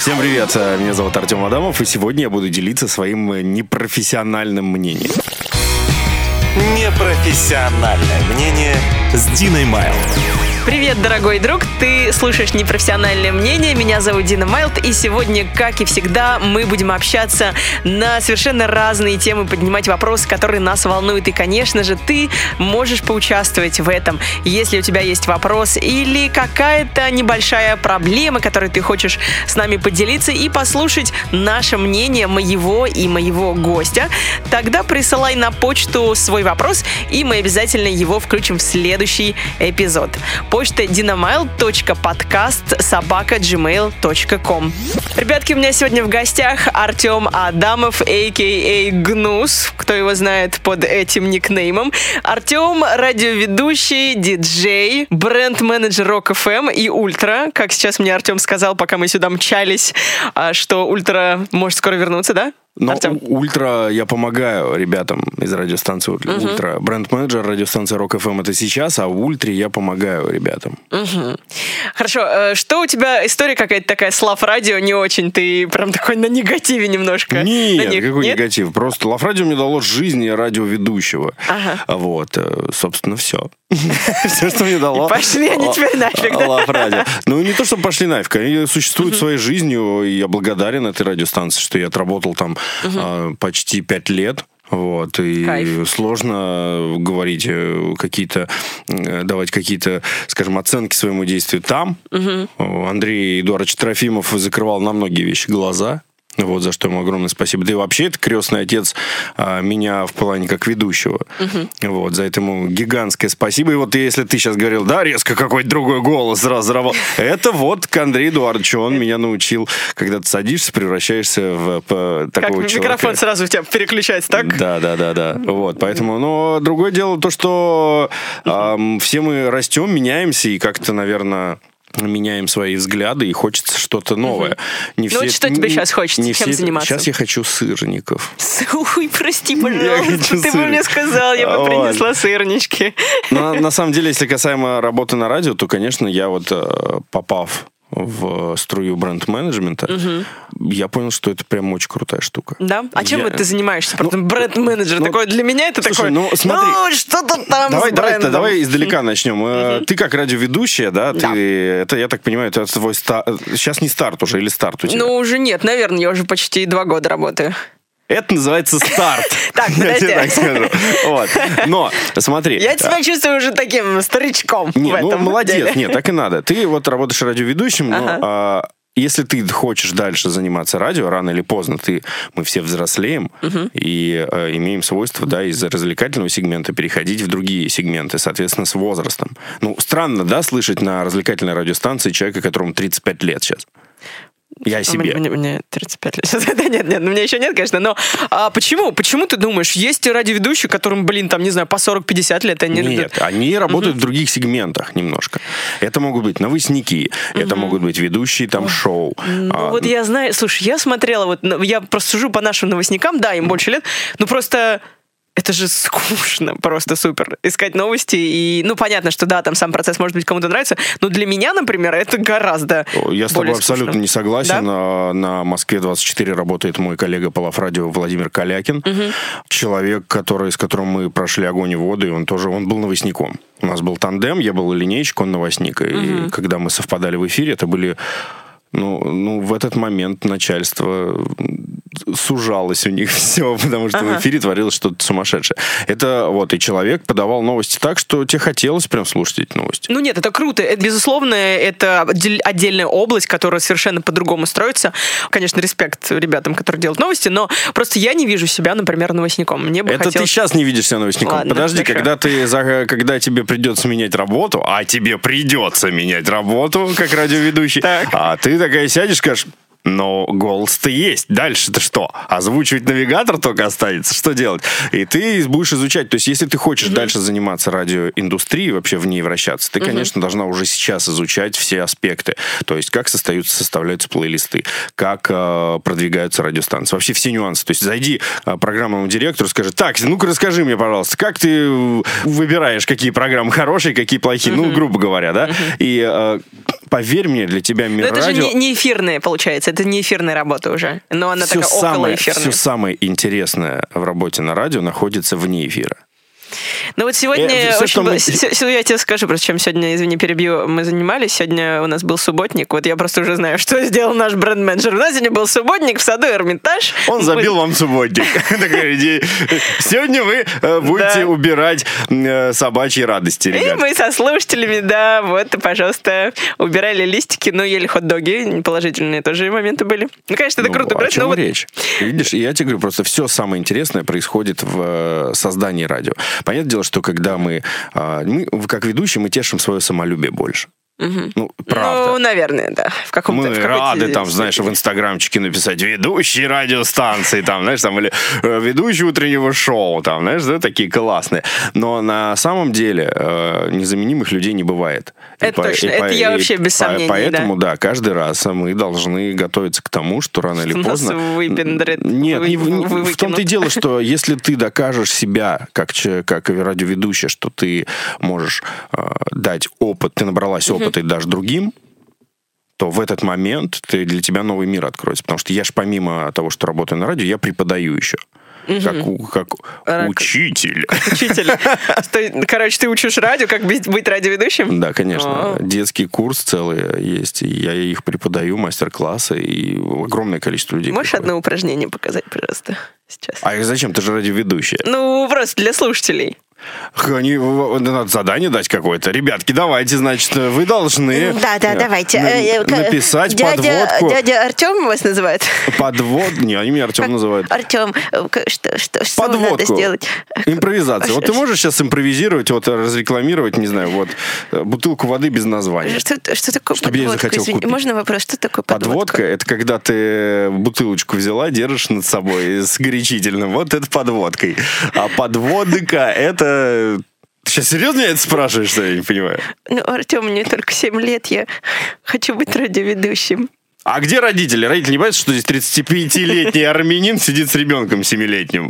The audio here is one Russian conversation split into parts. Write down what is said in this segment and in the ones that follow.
Всем привет, меня зовут Артем Адамов, и сегодня я буду делиться своим непрофессиональным мнением. Непрофессиональное мнение с Диной Майл. Привет, дорогой друг, ты слушаешь «Непрофессиональное мнение», меня зовут Дина Майлд, и сегодня, как и всегда, мы будем общаться на совершенно разные темы, поднимать вопросы, которые нас волнуют, и, конечно же, ты можешь поучаствовать в этом. Если у тебя есть вопрос или какая-то небольшая проблема, которой ты хочешь с нами поделиться и послушать наше мнение, моего и моего гостя, тогда присылай на почту свой вопрос, и мы обязательно его включим в следующий эпизод. Почта dinamail.podcast@gmail.com. Ребятки, у меня сегодня в гостях Артем Адамов, а.к.а. Гнус, кто его знает под этим никнеймом. Артем — радиоведущий, диджей, бренд-менеджер Rock FM и Ультра. Как сейчас мне Артем сказал, пока мы сюда мчались, что Ультра может скоро вернуться, да? Но Ультра, я помогаю ребятам из радиостанции Ультра. Бренд-менеджер радиостанции Rock FM это сейчас, а в Ультре я помогаю ребятам. Хорошо. Что у тебя история какая-то такая с Love Radio не очень? Ты прям такой на негативе немножко. Нет, какой негатив? Просто Love Radio мне дало жизнь радиоведущего. Вот, собственно, все. Все, что мне дало. Пошли они теперь нафиг, да? Love Radio. Ну, не то, чтобы пошли нафиг. Они существуют своей жизнью, и я благодарен этой радиостанции, что я отработал там почти 5 лет. Вот, и Кайф. сложно говорить давать какие-то, скажем, оценки своему действию там. Андрей Эдуардович Трофимов закрывал на многие вещи глаза. Вот, за что ему огромное спасибо. Да и вообще, это крестный отец меня в плане как ведущего. Вот, за это ему гигантское спасибо. И вот если ты сейчас говорил, да, резко какой-то другой голос сразу заработал. Это вот к Андрею Эдуардовичу, он меня научил. Когда ты садишься, превращаешься в такого как человека. Микрофон сразу у тебя переключается, так? Да. Вот, поэтому, но другое дело то, что все мы растем, меняемся, и как-то, наверное, меняем свои взгляды, и хочется что-то новое. Что тебе сейчас хочется? Чем заниматься? Сейчас я хочу сырников. Ой, прости, пожалуйста, ты бы мне сказал, я бы принесла сырнички. На самом деле, если касаемо работы на радио, то, конечно, я вот попав в струю бренд-менеджмента, я понял, что это прям очень крутая штука. Да? А чем ты занимаешься? Бренд-менеджер такой, для меня это слушай, такой, смотри, что-то там с брендом. Давай издалека начнем. Ты как радиоведущая, да? Это, я так понимаю, это твой старт. Сейчас не старт уже, или старт у тебя? Ну, уже нет, наверное, я уже почти 2 года работаю. Это называется старт. Так, подожди. Я так скажу. Вот. Но, смотри. Я тебя чувствую уже таким старичком в этом. Ну, молодец. Нет, так и надо. Ты вот работаешь радиоведущим, но если ты хочешь дальше заниматься радио, рано или поздно мы все взрослеем и имеем свойство, да, из развлекательного сегмента переходить в другие сегменты, соответственно, с возрастом. Ну, странно, да, слышать на развлекательной радиостанции человека, которому 35 лет сейчас. Я себе. Мне 35 лет. Да нет, у меня еще нет, конечно, но почему? Почему ты думаешь, есть радиоведущие, которым, там, не знаю, по 40-50 лет? Нет, они работают в других сегментах немножко. Это могут быть новостники, это могут быть ведущие там шоу. Вот я знаю, слушай, я смотрела, я просто сужу по нашим новостникам, да, им больше лет, просто... Это же скучно, просто супер. Искать новости и... понятно, что да, там сам процесс, может быть, кому-то нравится, но для меня, например, это гораздо Я с тобой более абсолютно скучно. не согласен. Да? На Москве-24 работает мой коллега по Love Radio Владимир Калякин. Человек, с которым мы прошли огонь и воду, и он был новостником. У нас был тандем, я был линейщик, он новостник. И когда мы совпадали в эфире, это были... в этот момент начальство сужалось у них все, потому что в эфире творилось что-то сумасшедшее. Это и человек подавал новости так, что тебе хотелось прям слушать эти новости. Нет, это круто. Это, безусловно, это отдельная область, которая совершенно по-другому строится. Конечно, респект ребятам, которые делают новости, но просто я не вижу себя, например, новостником. Мне бы это хотелось... ты сейчас не видишь себя новостником. Ладно, подожди, хорошо. когда тебе придется менять работу, а тебе придется менять работу, как радиоведущий, а ты такая сядешь, скажешь... Но голос-то есть. Дальше-то что? Озвучивать навигатор только останется. Что делать? И ты будешь изучать. То есть, если ты хочешь дальше заниматься радиоиндустрией, вообще в ней вращаться, ты, конечно, должна уже сейчас изучать все аспекты. То есть, как составляются плейлисты, как продвигаются радиостанции. Вообще все нюансы. То есть, зайди программному директору, скажи, так, ну-ка расскажи мне, пожалуйста, как ты выбираешь, какие программы хорошие, какие плохие, грубо говоря, да? И поверь мне, для тебя Мир Но это радио... же не эфирная, получается, это не эфирная работа уже, но она такая околоэфирная. Все самое интересное в работе на радио находится вне эфира. Ну вот сегодня, я тебе скажу, просто чем сегодня, извини, перебью, мы занимались. Сегодня у нас был субботник. Вот я просто уже знаю, что сделал наш бренд-менеджер. У нас сегодня был субботник в саду Эрмитаж. Он забил вам субботник. Сегодня вы будете убирать собачьи радости, ребят. И мы со слушателями, да, вот, пожалуйста, убирали листики, но ели хот-доги. Положительные тоже моменты были. Ну, конечно, это круто убирать. О чем речь? Видишь, я тебе говорю, просто все самое интересное происходит в создании радио. Понятное дело, что когда мы как ведущие, мы тешим свое самолюбие больше. Ну, правда. Ну, наверное, да. Мы рады, там, знаешь, в инстаграмчике написать ведущий радиостанции, там, знаешь, там, или ведущий утреннего шоу, там, знаешь, да, такие классные. Но на самом деле незаменимых людей не бывает. Это точно, это я вообще без сомнений, поэтому, да, каждый раз мы должны готовиться к тому, что рано или поздно... Нет, в том-то и дело, что если ты докажешь себя, как радиоведущая, что ты можешь дать опыт, ты набралась опыта, и дашь другим, то в этот момент для тебя новый мир откроется. Потому что я ж помимо того, что работаю на радио, я преподаю еще. Как учитель. Учитель. Короче, ты учишь радио, как быть радиоведущим? Да, конечно. Детский курс целый есть. И я их преподаю, мастер-классы, и огромное количество людей. Можешь одно упражнение показать, пожалуйста, сейчас? А зачем? Ты же радиоведущая. Ну, просто для слушателей. Надо задание дать какое-то. Ребятки, давайте, значит, вы должны давайте. Написать подводку. Дядя Артем вас называет? Не, они меня Артем называют. Артем, что надо сделать? Импровизация. Вот ты можешь сейчас импровизировать, вот разрекламировать, не знаю, вот бутылку воды без названия. Что такое чтобы я захотел купить. Можно вопрос, что такое подводка? Подводка — это когда ты бутылочку взяла, держишь над собой с горячительным. Вот это подводкой. А подводка — это... Сейчас серьезно меня это спрашиваешь, что я не понимаю? Ну, Артем, мне только 7 лет, я хочу быть радиоведущим. А где родители? Родители не понимают, что здесь 35-летний армянин сидит с ребенком 7-летним?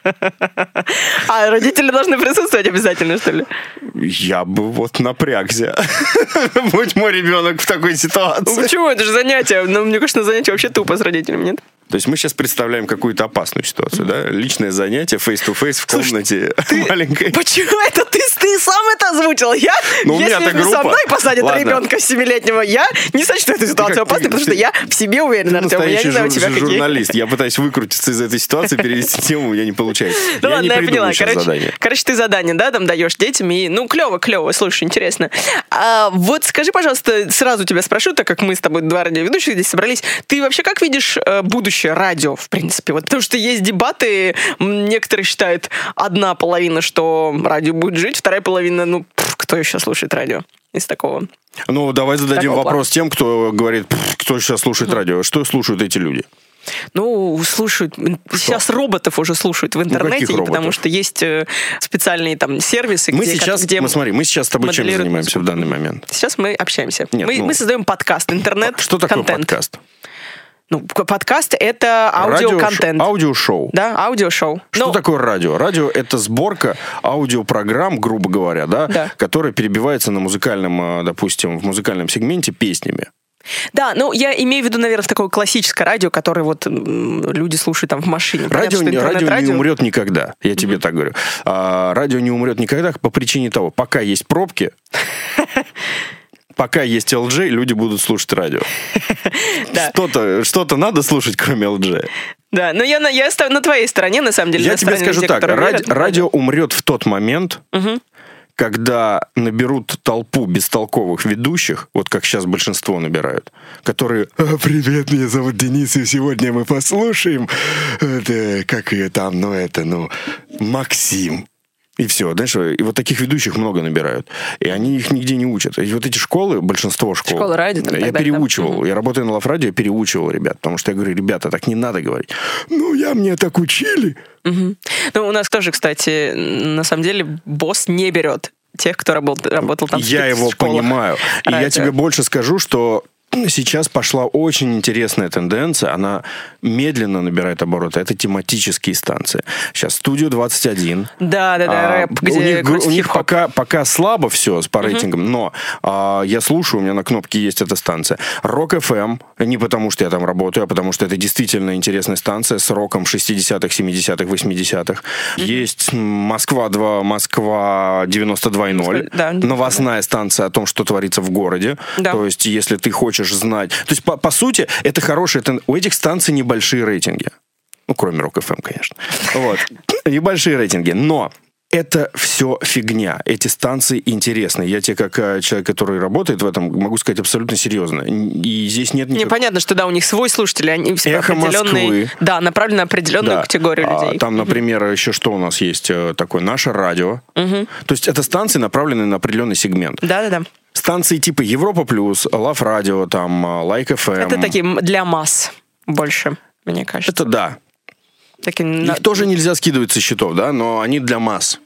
А родители должны присутствовать обязательно, что ли? Я бы вот напрягся. Будь мой ребенок в такой ситуации. Ну почему? Это же занятие. Ну, мне кажется, занятие вообще тупо с родителями, нет? То есть мы сейчас представляем какую-то опасную ситуацию, да? Личное занятие, face-to-face в комнате маленькой. Почему это ты сам это озвучил? Я, если со мной посадят ребенка 7-летнего, я не сочту эту ситуацию опасной, потому что я в себе уверен, Артем. Я не знаю у тебя какие. Журналист. Я пытаюсь выкрутиться из этой ситуации, перевести тему, у меня не получается. Ну ладно, я поняла. Короче, ты задание, да, там даешь детям, и, ну, клево, слушай, интересно. Вот скажи, пожалуйста, сразу тебя спрошу, так как мы с тобой два радиоведущих здесь собрались, ты вообще как видишь будущее радио, в принципе? Вот, потому что есть дебаты, некоторые считают, одна половина, что радио будет жить, вторая половина, ну, кто еще слушает радио из такого? Ну, давай зададим вопрос тем, кто говорит, кто сейчас слушает радио. Что слушают эти люди? Ну, слушают. Сейчас роботов уже слушают в интернете, потому что есть специальные там сервисы, мы сейчас с тобой чем занимаемся в данный момент? Сейчас мы общаемся. Мы создаем подкаст, интернет-контент. Что такое подкаст? Ну, подкаст — это аудиоконтент. Аудиошоу. Да, аудиошоу. Что такое радио? Радио — это сборка аудиопрограмм, грубо говоря, да, которая перебивается на музыкальном, допустим, в музыкальном сегменте песнями. Да, ну, я имею в виду, наверное, такое классическое радио, которое вот люди слушают там в машине. Радио не умрет никогда, я тебе так говорю. Радио не умрет никогда по причине того, пока есть пробки, пока есть LG, люди будут слушать радио. Что-то надо слушать, кроме LG. Да, но я на твоей стороне, на самом деле. Я тебе скажу так, радио умрет в тот момент, когда наберут толпу бестолковых ведущих, вот как сейчас большинство набирают, которые: «Привет, меня зовут Денис, и сегодня мы послушаем, как ее там, Максим». И все, знаешь, и вот таких ведущих много набирают. И они их нигде не учат. И вот эти школы, большинство школ... Школа радио. Я переучивал. Я работаю на Лав-радио, я переучивал ребят. Потому что я говорю: ребята, так не надо говорить. Мне так учили. Ну, у нас тоже, кстати, на самом деле, босс не берет тех, кто работал там в школах. Я его понимаю. И я тебе больше скажу, что сейчас пошла очень интересная тенденция, она медленно набирает обороты. Это тематические станции. Сейчас «Студио 21». Да, рэп, где у них пока слабо все по рейтингам, но я слушаю, у меня на кнопке есть эта станция. Рок FM, не потому что я там работаю, а потому что это действительно интересная станция с роком 60-х, 70-х, 80-х. Есть Москва-2, Москва 92.0. Да, новостная станция о том, что творится в городе. Да. То есть, если ты хочешь знать... То есть, по сути, это хорошее... У этих станций небольшие рейтинги. Ну, кроме Рок FM, конечно. Вот. Небольшие рейтинги. Но это все фигня. Эти станции интересны. Я тебе, как человек, который работает в этом, могу сказать абсолютно серьезно. И здесь нет никакого... Непонятно, что да, у них свой слушатель, они все Эхо Москвы. Да, направлены на определенную категорию людей. Там, например, еще что у нас есть такое? Наше радио. То есть это станции, направленные на определенный сегмент. Да. Станции типа Европа Плюс, Лав Радио, там, Лайк ФМ. Это такие для масс больше, мне кажется. Это да. Такие... Их тоже нельзя скидывать со счетов, да, но они для масс.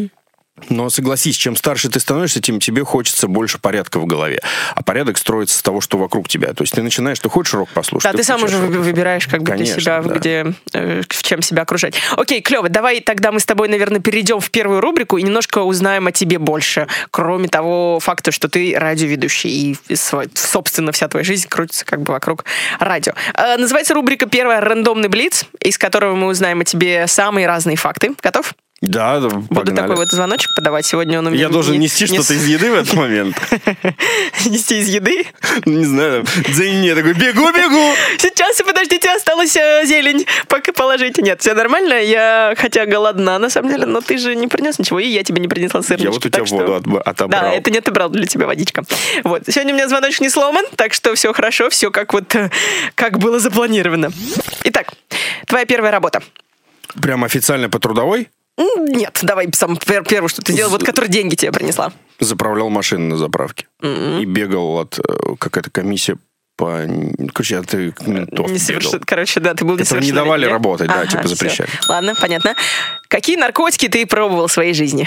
Но согласись, чем старше ты становишься, тем тебе хочется больше порядка в голове. А порядок строится с того, что вокруг тебя. То есть ты начинаешь, ты хочешь рок послушать. Да, ты сам уже выбираешь, как бы, конечно, для себя, да. где, в чем себя окружать. Окей, клево. Давай тогда мы с тобой, наверное, перейдем в первую рубрику и немножко узнаем о тебе больше. Кроме того факта, что ты радиоведущий. И, собственно, вся твоя жизнь крутится как бы вокруг радио. Называется рубрика первая «Рандомный блиц», из которого мы узнаем о тебе самые разные факты. Готов? Да, Буду погнали. такой вот звоночек подавать. Сегодня он у меня... Я должен нести что-то из еды в этот момент. Нести из еды? Не знаю, дзынь, я такой, бегу! Сейчас, подождите, осталась зелень. Пока положите. Нет, все нормально. Я, хотя голодна, на самом деле, но ты же не принес ничего, и я тебе не принесла сырнички. Я вот у тебя воду отобрал. Да, это не отобрал для тебя водичка. Вот. Сегодня у меня звоночек не сломан, так что все хорошо, все как было запланировано. Итак, твоя первая работа. Прям официально по трудовой? Нет, давай сам первое, что ты сделал, вот который деньги тебе принесла. Заправлял машины на заправке. И бегал от какая-то комиссия по... Короче, от ментов бегал. Короче, да, ты был которые не давали работать, да, типа запрещали. Все. Ладно, понятно. Какие наркотики ты пробовал в своей жизни?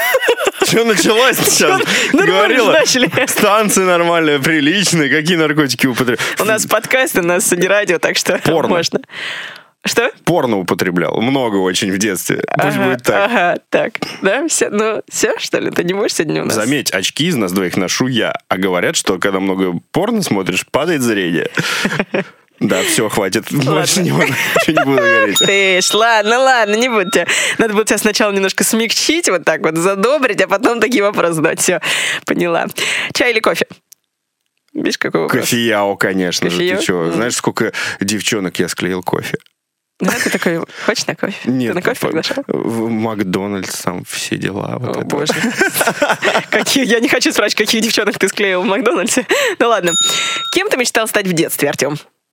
Что началось сейчас? Говорила, станции нормальные, приличные, какие наркотики употребляют? У нас подкаст, у нас не радио, так что можно. Что? Порно употреблял. Много очень в детстве. Пусть будет так. Ага, так. Да, все, что ли? Ты не можешь сегодня у нас? Заметь, очки из нас двоих ношу я. А говорят, что когда много порно смотришь, падает зрение. Да, все, хватит. Больше ничего не буду говорить. Ты ж, ладно, не буду тебя. Надо было тебя сначала немножко смягчить, вот так вот задобрить, а потом такие вопросы задать. Все, поняла. Чай или кофе? Видишь, какой вопрос? Кофеяо, конечно же. Кофеяо? Ты что, знаешь, сколько девчонок я склеил кофе? Да, ты такой, хочешь на кофе? Нет. Ты на кофе приглашал? В Макдональдс, там все дела. Вот О, это. боже. Я не хочу спрашивать, каких девчонок ты склеил в Макдональдсе. Ну ладно. Кем ты мечтал стать в детстве, Артем?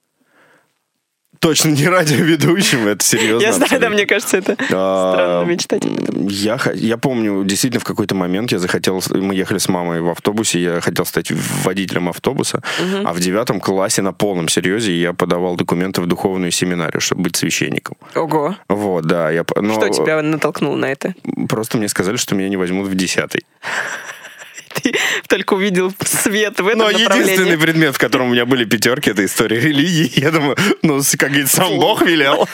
Точно не радиоведущим, это серьезно. Я знаю, да, мне кажется, это странно мечтать об этом. Я помню, действительно, в какой-то момент мы ехали с мамой в автобусе, я хотел стать водителем автобуса, а в 9 классе на полном серьезе я подавал документы в духовную семинарию, чтобы быть священником. Ого. Вот, да. Что тебя натолкнуло на это? Просто мне сказали, что меня не возьмут в 10-й. Ты только увидел свет в этом направлении. Но единственный предмет, в котором у меня были пятерки, это история религии. Я думаю, как говорит, сам Бог велел.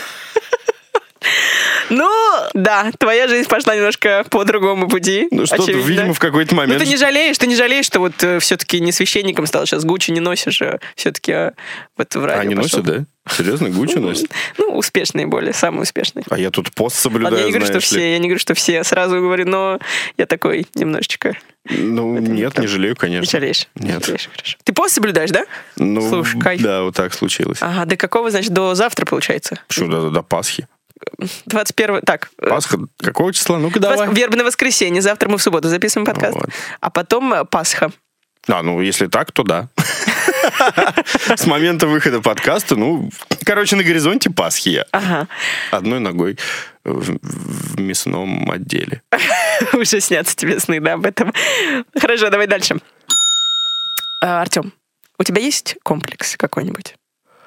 Ну, да, твоя жизнь пошла немножко по другому пути. Ну, что-то, видимо, в какой-то момент... Ну, ты не жалеешь, что вот все-таки не священником стал, сейчас Гуччи не носишь, а все-таки вот в радио А, не пошел. носят, да? Серьезно, Гуччи носят? Ну, успешные более, самые успешные. А я тут пост соблюдаю, Ладно, я не говорю, что все, сразу говорю, но я такой немножечко... Ну, нет, не жалею, конечно. Не жалеешь? Нет. Не жалеешь, хорошо. Ты пост соблюдаешь, да? Ну, слушай, кайф. Да, вот так случилось. Ага, до какого, значит, до завтра, получается? Что, до Пасхи? 21... Так. Пасха какого числа? Ну-ка, давай. Вербное воскресенье. Завтра мы в субботу записываем подкаст. Вот. А потом Пасха. Ну, если так, то да. С момента выхода подкаста, на горизонте Пасхи я. Ага. Одной ногой в мясном отделе. Уже снятся тебе сны, да, об этом. Хорошо, давай дальше. Артем, у тебя есть комплекс какой-нибудь?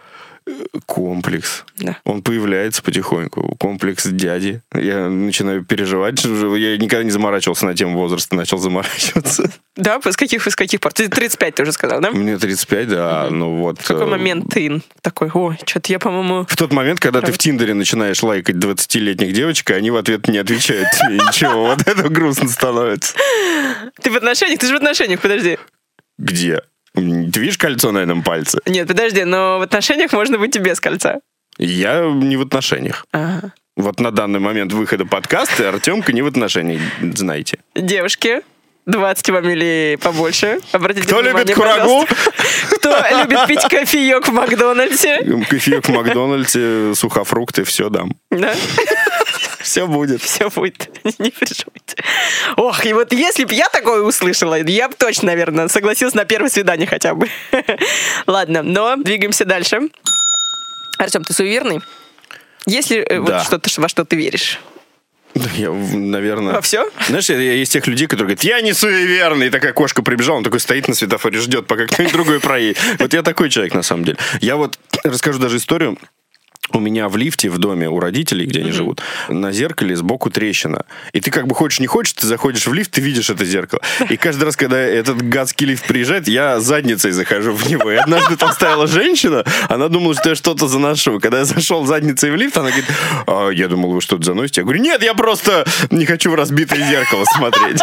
Комплекс. Да. Он появляется потихоньку. Комплекс дяди. Я начинаю переживать. Я никогда не заморачивался на тему возраста, начал заморачиваться. Да? С каких пор? Ты 35, ты уже сказал, да? Мне 35, да. Ну вот. В какой момент ты такой, что-то я, по-моему... В тот момент, когда ты в Тиндере начинаешь лайкать 20-летних девочек, и они в ответ не отвечают тебе ничего. Вот это грустно становится. Ты в отношениях? Ты же в отношениях, подожди. Где? Ты видишь кольцо на этом пальце? Нет, подожди, но в отношениях можно быть и без кольца. Я не в отношениях. Ага. Вот на данный момент выхода подкаста Артемка не в отношениях, знаете. Девушки, 20 вам или побольше. Обратите Кто внимание, любит курагу? Кто любит пить кофеек в Макдональдсе? Кофеек в Макдональдсе, сухофрукты, все дам. Да? Все будет. Все будет, не переживайте. Ох, и вот если бы я такое услышала, я бы точно, наверное, согласилась на первое свидание хотя бы. Ладно, но двигаемся дальше. Артем, ты суеверный? Есть ли вот что-то, во что ты веришь? Да, я, наверное... Во все? Знаешь, я из тех людей, которые говорят, я не суеверный. И такая кошка прибежала, он такой стоит на светофоре, ждет, пока кто-нибудь другой проедет. Вот я такой человек, на самом деле. Я вот расскажу даже историю. У меня в лифте в доме у родителей, где они живут, на зеркале сбоку трещина. И ты как бы хочешь не хочешь, ты заходишь в лифт, ты видишь это зеркало. И каждый раз, когда этот гадский лифт приезжает, я задницей захожу в него. И однажды там стояла женщина, она думала, что я что-то заношу. Когда я зашел задницей в лифт, она говорит, я думал, вы что-то заносите. Я говорю, нет, я просто не хочу в разбитое зеркало смотреть.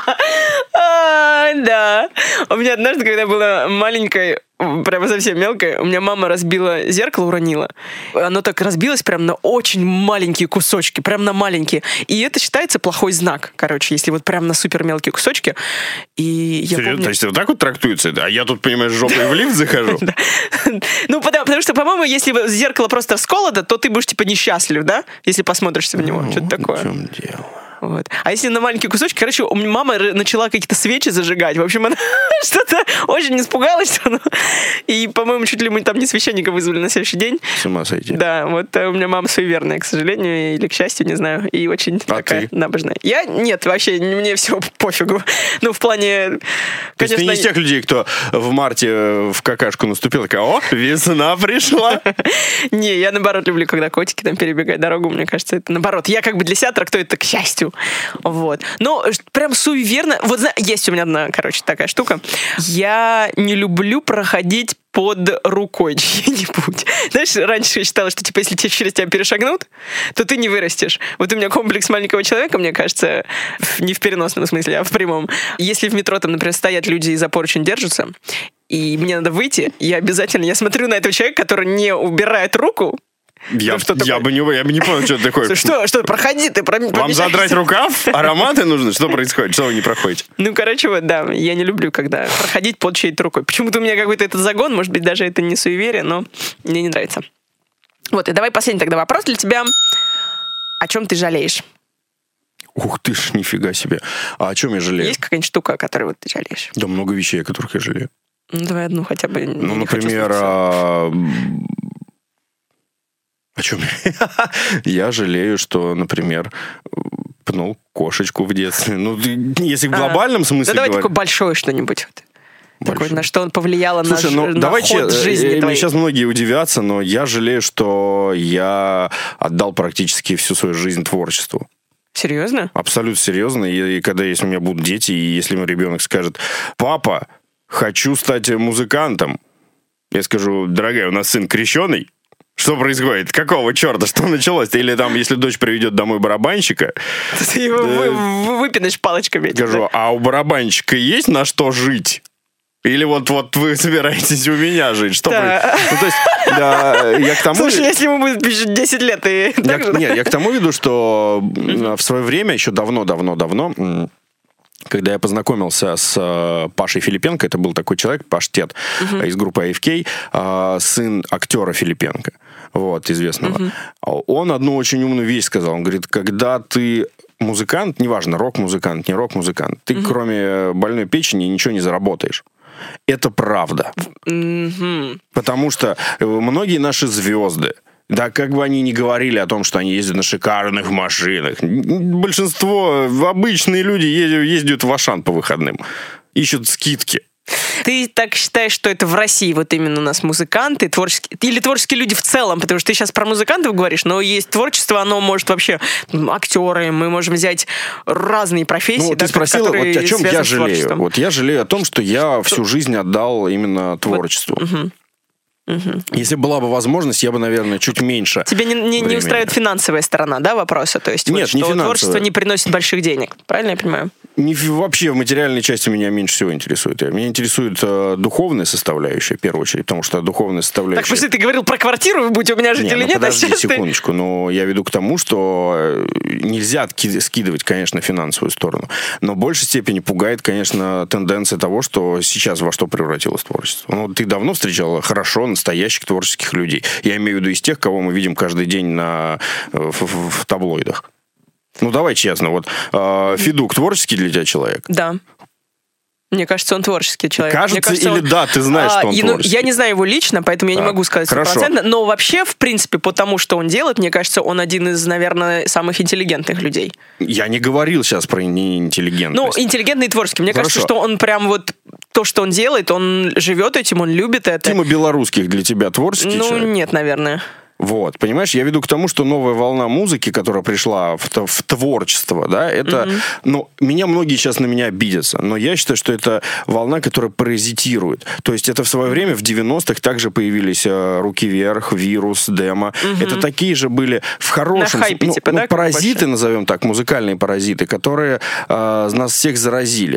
Да. У меня однажды, когда я была маленькой, прямо совсем мелкая, у меня мама разбила зеркало, уронила. Оно так разбилось прям на очень маленькие кусочки, прям на маленькие. И это считается плохой знак, короче, если вот прям на супер мелкие кусочки. И я Серьезно? помню... То есть вот так вот трактуется это? А я тут, понимаешь, жопой в лифт захожу? Ну, потому что, по-моему, если зеркало просто расколото, то ты будешь, типа, несчастлив, да? Если посмотришься в него. Что-то такое. В чем дело? Вот. А если на маленькие кусочки, короче, у меня мама начала какие-то свечи зажигать. В общем, она что-то очень испугалась. И, по-моему, чуть ли мы там не священника вызвали на следующий день. С ума сойти. Да, вот у меня мама суеверная, к сожалению, или к счастью, не знаю. И очень такая набожная. Я? Нет, вообще, мне все пофигу. Ну, в плане... То есть ты не из тех людей, кто в марте в какашку наступил, такая, весна пришла. Не, я наоборот люблю, когда котики там перебегают дорогу. Мне кажется, это наоборот. Я как бы для себя трактую это к счастью. Вот. Но прям суеверно... Вот есть у меня одна, короче, такая штука. Я не люблю проходить под рукой чьей-нибудь. Знаешь, раньше я считала, что типа если через тебя перешагнут, то ты не вырастешь. Вот у меня комплекс маленького человека, мне кажется, не в переносном смысле, а в прямом. Если в метро там, например, стоят люди и за поручень держатся, и мне надо выйти, я смотрю на этого человека, который не убирает руку. Я бы не понял, что это такое. Что, проходи, ты Вам задрать рукав? Ароматы нужны? Что происходит? Что вы не проходите? Ну, короче, вот, да, я не люблю, когда проходить под чьей-то рукой. Почему-то у меня какой-то этот загон, может быть, даже это не суеверие, но мне не нравится. Вот, и давай последний тогда вопрос для тебя. О чем ты жалеешь? Ух ты ж, нифига себе. А о чем я жалею? Есть какая-нибудь штука, о которой вот ты жалеешь? Да много вещей, о которых я жалею. Ну, давай одну хотя бы. Ну, например, о чем я жалею, что, например, пнул кошечку в детстве. Ну, если в глобальном смысле давай такое большое что-нибудь. Такое, на что он повлияло на ход жизни твоей. Сейчас многие удивятся, но я жалею, что я отдал практически всю свою жизнь творчеству. Серьезно? Абсолютно серьезно. И когда, если у меня будут дети, и если мой ребенок скажет, папа, хочу стать музыкантом, я скажу, дорогая, у нас сын крещеный. Что происходит? Какого черта? Что началось? Или там, если дочь приведет домой барабанщика... Ты его выпинешь палочками. Скажу, а у барабанщика есть на что жить? Или вот вы собираетесь у меня жить? Что происходит? То есть, я к тому... Слушай, если ему будет 10 лет, и... Нет, я к тому веду, что в свое время, еще давно-давно-давно... Когда я познакомился с Пашей Филипенко, это был такой человек, Паш Тет, из группы AFK, сын актера Филипенко, вот, известного. Он одну очень умную вещь сказал. Он говорит, когда ты музыкант, неважно, рок-музыкант, не рок-музыкант, ты кроме больной печени ничего не заработаешь. Это правда. Потому что многие наши звезды, да, как бы они ни говорили о том, что они ездят на шикарных машинах, большинство, обычные люди ездят в Ашан по выходным, ищут скидки. Ты так считаешь, что это в России вот именно у нас музыканты, творческие, или творческие люди в целом, потому что ты сейчас про музыкантов говоришь, но есть творчество, оно может вообще, актеры, мы можем взять разные профессии. Ну, вот ты спросила, вот о чем я жалею. Вот я жалею о том, что я всю жизнь отдал именно творчеству. Если была бы возможность, я бы, наверное, чуть меньше. Тебя не устраивает финансовая сторона, да, вопроса? То есть, нет, вот, не что финансовая. Творчество не приносит больших денег. Правильно я понимаю? Вообще в материальной части меня меньше всего интересует. Меня интересует духовная составляющая, в первую очередь, потому что духовная составляющая... Так, после ты говорил про квартиру, будь у меня жить или нет, подожди секундочку, но я веду к тому, что нельзя скидывать, конечно, финансовую сторону, но в большей степени пугает, конечно, тенденция того, что сейчас во что превратилось творчество. Ну, ты давно встречала хорошо настоящих творческих людей. Я имею в виду из тех, кого мы видим каждый день в таблоидах. Ну, давай честно, вот Федук творческий для тебя человек? Да. Мне кажется, он творческий человек. Кажется, или да, ты знаешь, что он творческий? Я не знаю его лично, поэтому я не могу сказать 100%. Но вообще, в принципе, по тому, что он делает, мне кажется, он один из, наверное, самых интеллигентных людей. Я не говорил сейчас про неинтеллигентность. Ну, интеллигентный и творческий. Мне кажется, что он прям вот то, что он делает, он живет этим, он любит это. Тима Белорусских для тебя творческий человек? Ну, нет, наверное. Вот, понимаешь, я веду к тому, что новая волна музыки, которая пришла в творчество, да, это, ну, многие сейчас на меня обидятся, но я считаю, что это волна, которая паразитирует. То есть это в свое время, в 90-х, также появились «Руки вверх», «Вирус», «Демо». Это такие же были в хорошем... На хайпе, типа, да? Паразиты, назовем так, музыкальные паразиты, которые нас всех заразили.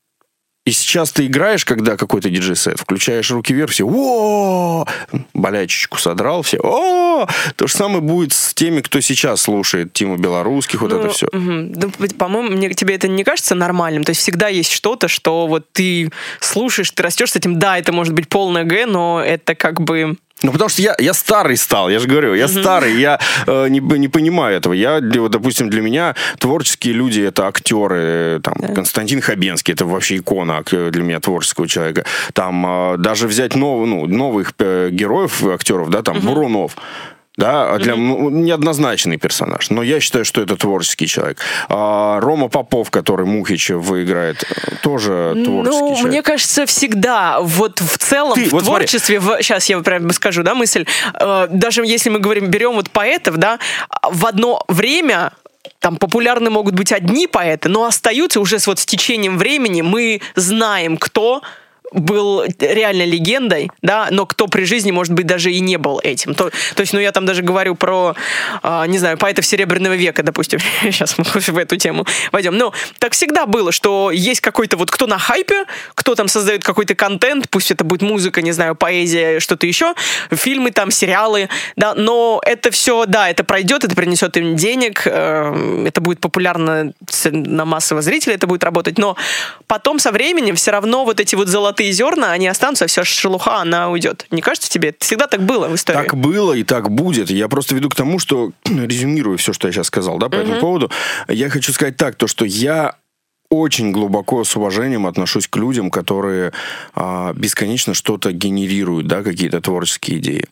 И сейчас ты играешь, когда какой-то диджей-сет, включаешь «Руки вверх», все «О!», болячечку содрал, все «О!». То же самое будет с теми, кто сейчас слушает Тиму Белорусских, вот это все. Да, по-моему, тебе это не кажется нормальным? То есть всегда есть что-то, что вот ты слушаешь, ты растешь с этим. Да, это может быть полное Г, но это как бы... Ну, потому что я старый стал, я же говорю, я старый, я не понимаю этого. Вот, допустим, для меня творческие люди — это актеры, там, Константин Хабенский, это вообще икона для меня творческого человека. Там даже взять новых героев, актеров, да, там, Бурунов. Да, неоднозначный персонаж. Но я считаю, что это творческий человек. Рома Попов, который Мухича играет, тоже творческий человек. Мне кажется, всегда вот в целом в творчестве... Сейчас я прям скажу, да, мысль. Даже если мы берем вот поэтов, да, в одно время... Там популярны могут быть одни поэты, но остаются уже с течением времени. Мы знаем, кто был реально легендой, да, но кто при жизни, может быть, даже и не был этим. То есть, я там даже говорю про, не знаю, поэтов Серебряного века, допустим. Сейчас мы в эту тему войдем. Но так всегда было, что есть какой-то кто на хайпе, кто там создает какой-то контент, пусть это будет музыка, не знаю, поэзия, что-то еще, фильмы там, сериалы, да, но это все, да, это пройдет, это принесет им денег, это будет популярно на массового зрителя, это будет работать, но потом со временем все равно вот эти вот золотые зерна, они останутся, вся шелуха, она уйдет. Не кажется тебе? Это всегда так было в истории. Так было и так будет. Я просто веду к тому, что, резюмирую все, что я сейчас сказал, да, по этому поводу, я хочу сказать так, то, что я очень глубоко с уважением отношусь к людям, которые бесконечно что-то генерируют, да, какие-то творческие идеи.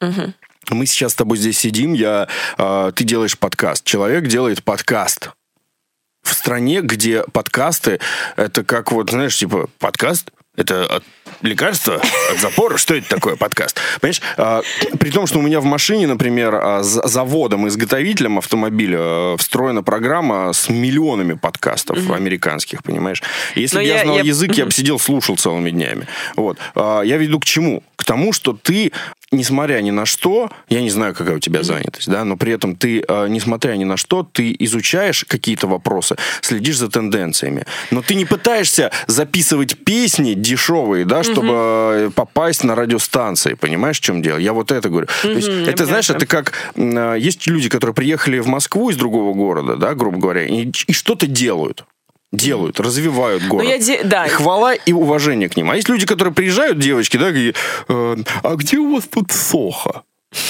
Мы сейчас с тобой здесь сидим, ты делаешь подкаст. Человек делает подкаст. В стране, где подкасты, это как знаешь, типа, подкаст? Это лекарство от запора? Что это такое, подкаст? Понимаешь, при том, что у меня в машине, например, с заводом-изготовителем автомобиля встроена программа с миллионами подкастов американских, понимаешь? Если бы я знал язык, я бы сидел, слушал целыми днями. Вот. Я веду к чему? К тому, что ты, несмотря ни на что, я не знаю, какая у тебя занятость, да, но при этом ты, несмотря ни на что, ты изучаешь какие-то вопросы, следишь за тенденциями, но ты не пытаешься записывать песни дешевые, да, чтобы попасть на радиостанции, понимаешь, в чем дело? Я вот это говорю. То есть, это, знаешь, это как... Есть люди, которые приехали в Москву из другого города, да, грубо говоря, и что-то делают, развивают город. Хвала и уважение к ним. А есть люди, которые приезжают, девочки, да, и а где у вас тут Сохо?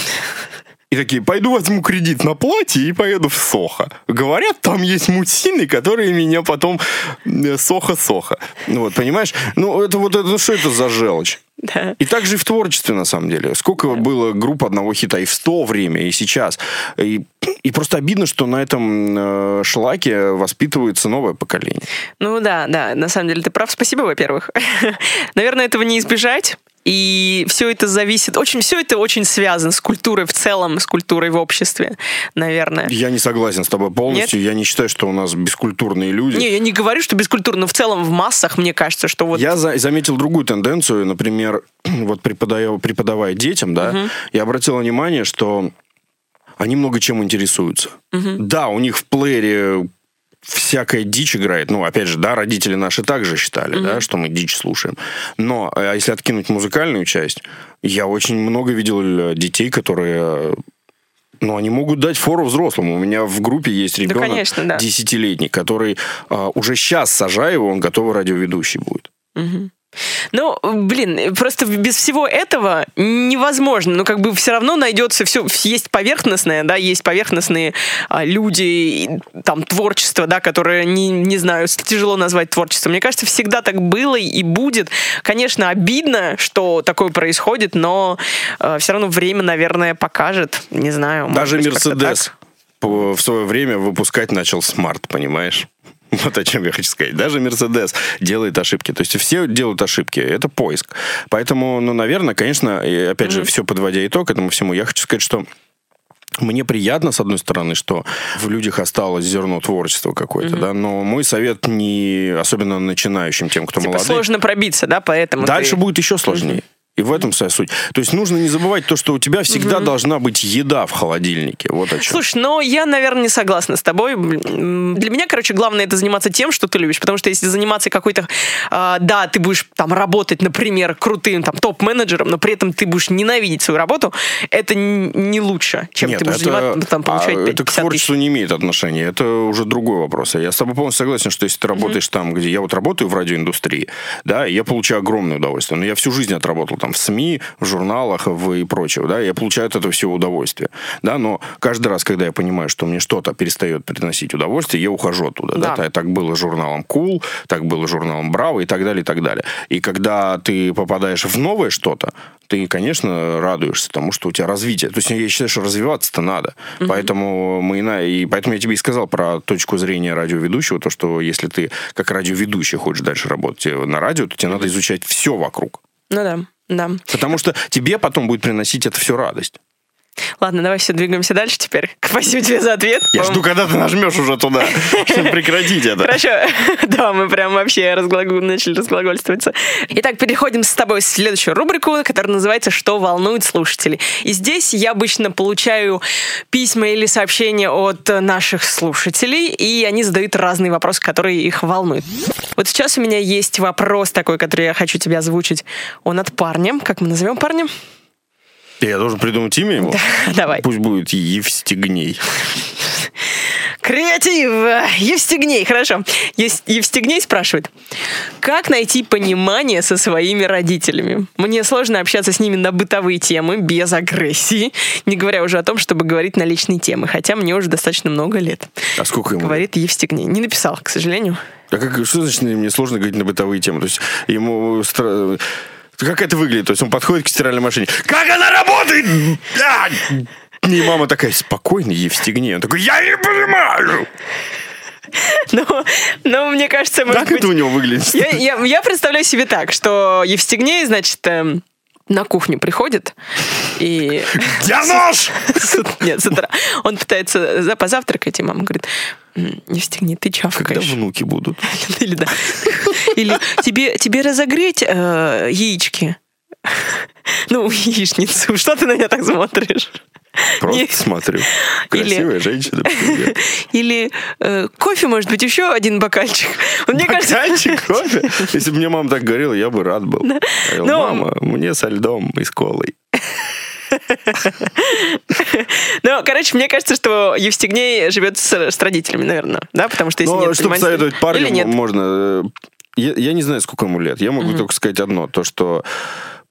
И такие, пойду возьму кредит на платье и поеду в Сохо. Говорят, там есть мужчины, которые меня потом Сохо-Сохо. Вот, понимаешь? Ну, это что это за желчь? Да. И так же и в творчестве, на самом деле. Сколько было групп одного хита и в то время, и сейчас. И просто обидно, что на этом шлаке воспитывается новое поколение. Ну да, на самом деле ты прав. Спасибо, во-первых. Наверное, этого не избежать. И все это зависит, все это очень связано с культурой в целом, с культурой в обществе, наверное. Я не согласен с тобой полностью. Нет? Я не считаю, что у нас бескультурные люди. Не, я не говорю, что бескультурно, но в целом в массах, мне кажется, что вот... Я заметил другую тенденцию. Например, вот преподавая детям, да, я обратил внимание, что они много чем интересуются. Да, у них в плеере всякая дичь играет. Ну, опять же, да, родители наши также считали, да, что мы дичь слушаем. Но если откинуть музыкальную часть, я очень много видел детей, которые... Ну, они могут дать фору взрослому. У меня в группе есть ребенок, да, конечно, да, 10-летний, который уже сейчас, сажая его, он готовый радиоведущий будет. Ну, блин, просто без всего этого невозможно. Ну, как бы все равно найдется все. Есть поверхностное, да, есть поверхностные люди, там, творчество, да, которое, не знаю, тяжело назвать творчеством. Мне кажется, всегда так было и будет. Конечно, обидно, что такое происходит, но все равно время, наверное, покажет. Не знаю. Даже Мерседес в свое время выпускать начал смарт, понимаешь? Вот о чем я хочу сказать. Даже Мерседес делает ошибки. То есть все делают ошибки. Это поиск. Поэтому, ну, наверное, конечно, и опять же, все подводя итог этому всему, я хочу сказать, что мне приятно, с одной стороны, что в людях осталось зерно творчества какое-то, да, но мой совет не особенно начинающим, тем, кто молодой. Сложно пробиться, да, поэтому дальше будет еще сложнее. И в этом вся суть. То есть нужно не забывать то, что у тебя всегда должна быть еда в холодильнике. Вот о чем. Слушай, но я, наверное, не согласна с тобой. Для меня, короче, главное это заниматься тем, что ты любишь. Потому что если заниматься какой-то... да, ты будешь там работать, например, крутым там топ-менеджером, но при этом ты будешь ненавидеть свою работу, это не лучше, чем ты будешь заниматься, там, получать 50 это к творчеству тысяч. Не имеет отношения. Это уже другой вопрос. Я с тобой полностью согласен, что если ты работаешь там, где я вот работаю в радиоиндустрии, да, я получаю огромное удовольствие. Но я всю жизнь отработал там в СМИ, в журналах и прочего, да, я получаю от этого всего удовольствие, да, но каждый раз, когда я понимаю, что мне что-то перестает приносить удовольствие, я ухожу оттуда, да. Так было с журналом Cool, так было с журналом Браво и так далее, и так далее. И когда ты попадаешь в новое что-то, ты, конечно, радуешься тому, что у тебя развитие. То есть я считаю, что развиваться-то надо. Поэтому поэтому я тебе и сказал про точку зрения радиоведущего, то, что если ты как радиоведущий хочешь дальше работать на радио, то тебе надо изучать все вокруг. Ну да. Да. Потому что тебе потом будет приносить это все радость. Ладно, давай все, двигаемся дальше теперь. Спасибо тебе за ответ. Я жду, когда ты нажмешь уже туда, чтобы прекратить это. Хорошо. Да, мы прям вообще начали разглагольствоваться. Итак, переходим с тобой в следующую рубрику, которая называется «Что волнует слушателей?». И здесь я обычно получаю письма или сообщения от наших слушателей, и они задают разные вопросы, которые их волнуют. Вот сейчас у меня есть вопрос такой, который я хочу тебе озвучить. Он от парня. Как мы назовем парня? Я должен придумать имя ему? Да, давай. Пусть будет Евстигней. Креатив! Евстигней, хорошо. Евстигней спрашивает: как найти понимание со своими родителями? Мне сложно общаться с ними на бытовые темы, без агрессии, не говоря уже о том, чтобы говорить на личные темы, хотя мне уже достаточно много лет. А сколько ему? Говорит Евстигней. Не написал, к сожалению. А что значит мне сложно говорить на бытовые темы? То есть ему... Как это выглядит? То есть он подходит к стиральной машине. Как она работает? И мама такая: спокойно, Евстигней. Он такой: я не понимаю. Ну, мне кажется, может как это у него выглядит? Я представляю себе так, что Евстигней, значит, на кухню приходит и... Где нож? Нет, с утра. Он пытается позавтракать, и мама говорит: Евстигней, ты чавкаешь. Когда внуки будут? Или да. Или тебе разогреть яички? Ну, яичницу. Что ты на меня так смотришь? Просто смотрю. Красивая женщина. Или кофе, может быть, еще один бокальчик. Бокальчик кофе? Если бы мне мама так говорила, я бы рад был. Мама, мне со льдом и с колой. Ну, короче, мне кажется, что Евстигней живет с родителями, наверное, да, потому что если нет... Чтобы советовать парню, можно... Я не знаю, сколько ему лет. Я могу только сказать одно, то, что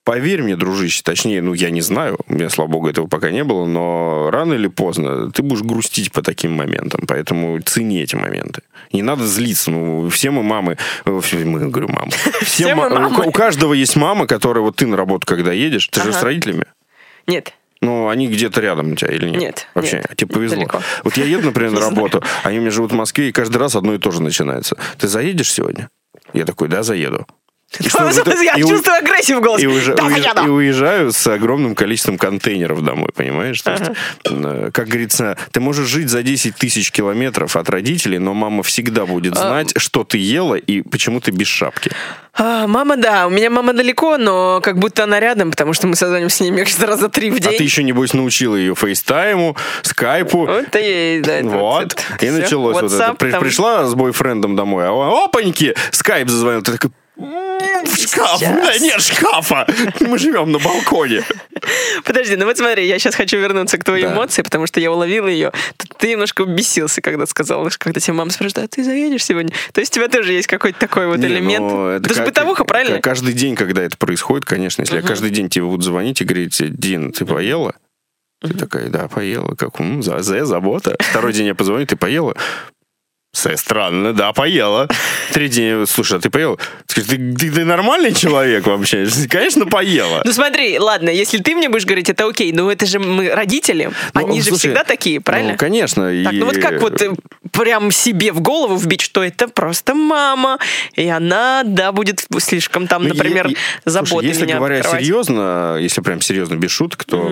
поверь мне, дружище, точнее, я не знаю, у меня, слава богу, этого пока не было, но рано или поздно ты будешь грустить по таким моментам, поэтому цени эти моменты. Не надо злиться, все мы мамы, мы говорю мамы. Все мы мамы. У каждого есть мама, которая, вот ты на работу, когда едешь, ты же с родителями? Нет. Они где-то рядом у тебя или нет? Нет. Вообще, нет, тебе повезло. далеко. Вот я еду, например, на работу, они у меня живут в Москве, и каждый раз одно и то же начинается. Ты заедешь сегодня? Я такой, да, заеду. Я чувствую агрессию в голосе. И уезжаю с огромным количеством контейнеров домой, понимаешь? То есть, как говорится, ты можешь жить за 10 тысяч километров от родителей, но мама всегда будет знать, что ты ела и почему ты без шапки. Мама, да. У меня мама далеко, но как будто она рядом, потому что мы созвонимся с ней, мне кажется, раза 3 в день. А ты еще, небось, научила ее фейстайму, скайпу. Вот и да. Вот. И началось вот это. Пришла с бойфрендом домой, а опаньки, скайп зазвонил. Ты такой... Шкаф! Нет шкафа! Мы живем на балконе. Подожди, вот смотри, я сейчас хочу вернуться к твоей эмоции, потому что я уловила ее. Ты немножко бесился, когда сказал, когда тебя мама спрашивает, а ты заедешь сегодня? То есть у тебя тоже есть какой-то такой вот элемент. Это же бытовуха, правильно? Каждый день, когда это происходит, конечно, если я каждый день тебе буду звонить и говорить, Дин, ты поела? Ты такая, да, поела. Как, забота. Второй день я позвоню, ты поела? Странно, да, поела. Третий день, слушай, а ты поела? Ты нормальный человек вообще? Конечно, поела. Смотри, ладно, если ты мне будешь говорить, это окей, но это же мы родители, они же всегда такие, правильно? Конечно. Так, вот как вот прям себе в голову вбить, что это просто мама, и она, будет слишком там, например, заботой меня если говоря открывать. серьезно, если прям серьезно, без шуток, то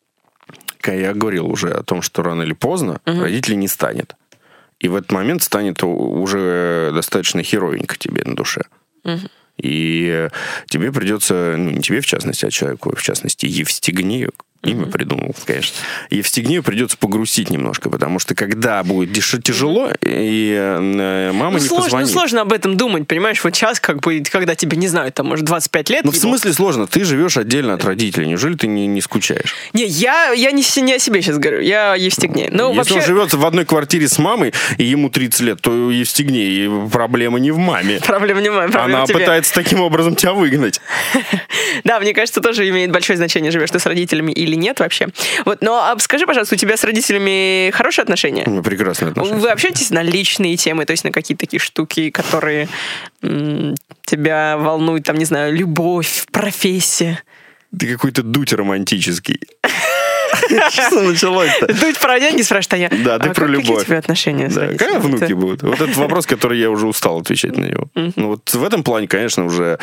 я говорил уже о том, что рано или поздно родителей не станет. И в этот момент станет уже достаточно херовенько тебе на душе. И тебе придется, не тебе в частности, а человеку в частности Евстигнею, имя придумал, конечно. Евстигнею придется погрустить немножко, потому что когда будет тяжело, и мама не позвонит. Сложно об этом думать, понимаешь? Вот сейчас, когда тебе, не знаю, там, может, 25 лет. В смысле сложно? Ты живешь отдельно от родителей. Неужели ты не скучаешь? Не, я не о себе сейчас говорю. Я Евстигней. Если он живет в одной квартире с мамой, и ему 30 лет, то Евстигней. И проблема не в маме. Проблема не в маме, проблема в тебе. Она пытается таким образом тебя выгнать. Да, мне кажется, тоже имеет большое значение, живешь ты с родителями или нет вообще. Вот, но скажи, пожалуйста, у тебя с родителями хорошие отношения? Прекрасные отношения. Вы общаетесь на личные темы, то есть на какие-то такие штуки, которые тебя волнуют, там, не знаю, любовь, профессия? Ты какой-то дуть романтический. Что началось-то? Дуть про деньги спрашивает, а я... Да, ты про любовь. Какие у тебя отношения с родителями? Когда внуки будут? Вот этот вопрос, который я уже устал отвечать на него. Вот в этом плане, конечно, уже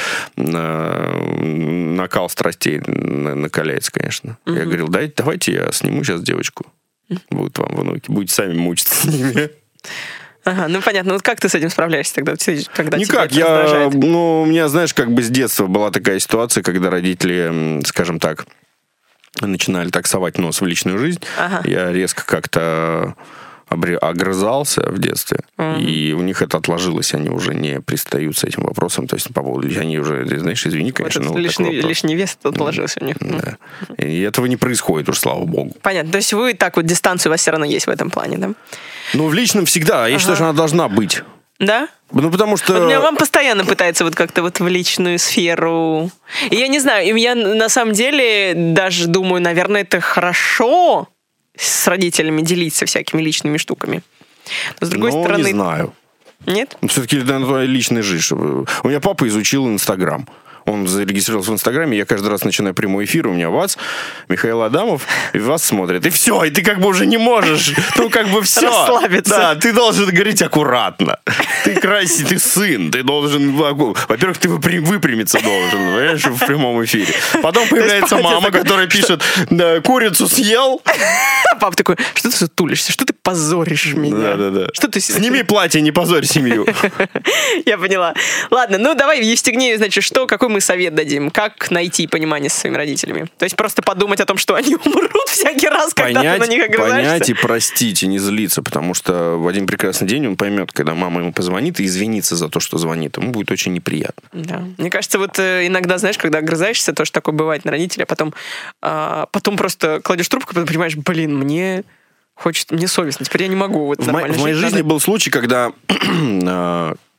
накал страстей накаляется, конечно. Я говорил, давайте я сниму сейчас девочку. Будут вам внуки. Будете сами мучиться с ними. Ага, понятно. Вот как ты с этим справляешься тогда, когда никак, тебя это раздражает? У меня, знаешь, как бы с детства была такая ситуация, когда родители, скажем так, начинали так совать нос в личную жизнь. Я резко как-то огрызался в детстве, и у них это отложилось, они уже не пристают с этим вопросом, то есть по поводу, они уже, знаешь, извини, конечно. Вот лишний вес отложился у них. Да. И этого не происходит уж, слава богу. Понятно, то есть вы так вот, дистанция у вас все равно есть в этом плане, да? В личном всегда, я считаю, что она должна быть. Да? Потому что... Вот меня мама постоянно пытается вот как-то вот в личную сферу. И я не знаю, и я на самом деле даже думаю, наверное, это хорошо с родителями делиться всякими личными штуками. Но с другой стороны... не знаю. Нет? Все-таки это личная жизнь. У меня папа изучил Инстаграм. Он зарегистрировался в Инстаграме, я каждый раз начинаю прямой эфир, у меня ВАЦ, Михаил Адамов, и вас смотрит. И все, и ты как бы уже не можешь, все. Расслабиться. Да, ты должен говорить аккуратно. Ты красить, ты сын, ты должен... Во-первых, ты выпрямиться должен, понимаешь, в прямом эфире. Потом появляется мама, которая пишет, курицу съел. Папа такой, что ты тулишься, что ты позоришь меня? Да. Что ты... Сними платье, не позорь семью. Я поняла. Ладно, давай в Евстигнею, значит, какой мы совет дадим? Как найти понимание со своими родителями? То есть просто подумать о том, что они умрут всякий раз, когда ты на них огрызаешься? Понять и простить, и не злиться, потому что в один прекрасный день он поймет, когда мама ему позвонит, и извинится за то, что звонит. Ему будет очень неприятно. Да. Мне кажется, вот иногда, знаешь, когда огрызаешься, тоже такое бывает на родителей, а потом просто кладешь трубку, и потом понимаешь, мне совестно, теперь я не могу. В моей жизни был случай, когда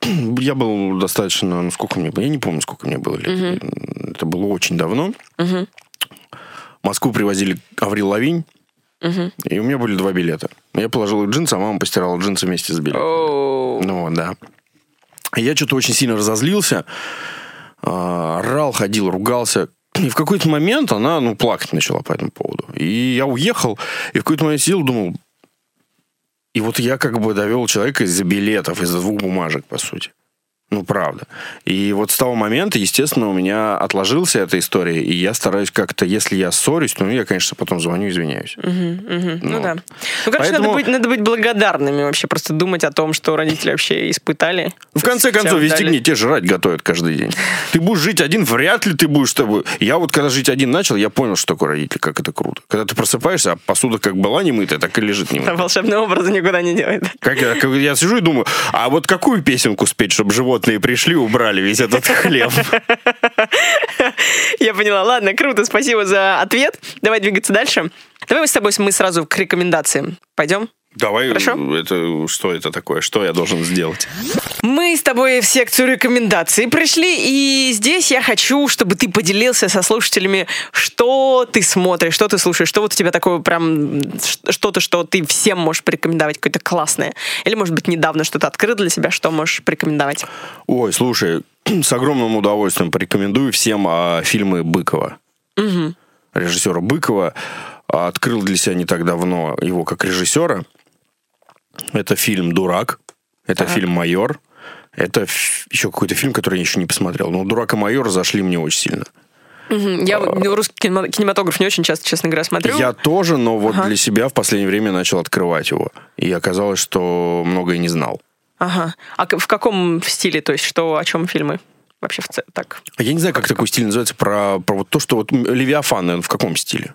я был достаточно... Ну, сколько мне было? Я не помню, сколько мне было лет. Это было очень давно. В Москву привозили Аврил Лавинь. И у меня были 2 билета. Я положил их в джинсы, а мама постирала джинсы вместе с билетом. Ну, да. Я что-то очень сильно разозлился. Орал, ходил, ругался. И в какой-то момент она, плакать начала по этому поводу. И я уехал, и в какой-то момент сидел, думал... И вот я как бы довел человека из-за билетов, из-за 2 бумажек, по сути. Ну, правда. И вот с того момента, естественно, у меня отложилась эта история, и я стараюсь как-то, если я ссорюсь, я, конечно, потом звоню, извиняюсь. Ну да. Ну, короче, надо быть благодарными вообще, просто думать о том, что родители вообще испытали. В конце концов, везде мне те жрать готовят каждый день. Ты будешь жить один, вряд ли ты будешь с тобой. Я вот когда жить один начал, я понял, что такое родители, как это круто. Когда ты просыпаешься, а посуда как была немытая, так и лежит немытая. Волшебный образ никуда не делает. Как я сижу и думаю, а вот какую песенку спеть, чтобы животные пришли, убрали весь этот хлеб. Я поняла. Ладно, круто, спасибо за ответ. Давай двигаться дальше. Давай мы с тобой сразу к рекомендациям пойдем. Давай, хорошо? Что это такое? Что я должен сделать? Мы с тобой в секцию рекомендаций пришли, и здесь я хочу, чтобы ты поделился со слушателями, что ты смотришь, что ты слушаешь, что вот у тебя такое прям что-то, что ты всем можешь порекомендовать, какое-то классное. Или, может быть, недавно что-то открыл для себя, что можешь порекомендовать. Ой, слушай, с огромным удовольствием порекомендую всем фильмы Быкова. Режиссера Быкова. Открыл для себя не так давно его как режиссера. Это фильм «Дурак», это фильм «Майор», это еще какой-то фильм, который я еще не посмотрел. Но «Дурак» и «Майор» зашли мне очень сильно. Я русский кинематограф не очень часто, честно говоря, смотрю. Я тоже, но вот для себя в последнее время начал открывать его. И оказалось, что многое не знал. Ага. А в каком стиле, то есть о чем фильмы? Вообще так. Я не знаю, как такой стиль называется, про вот то, что вот «Левиафан», наверное, в каком стиле?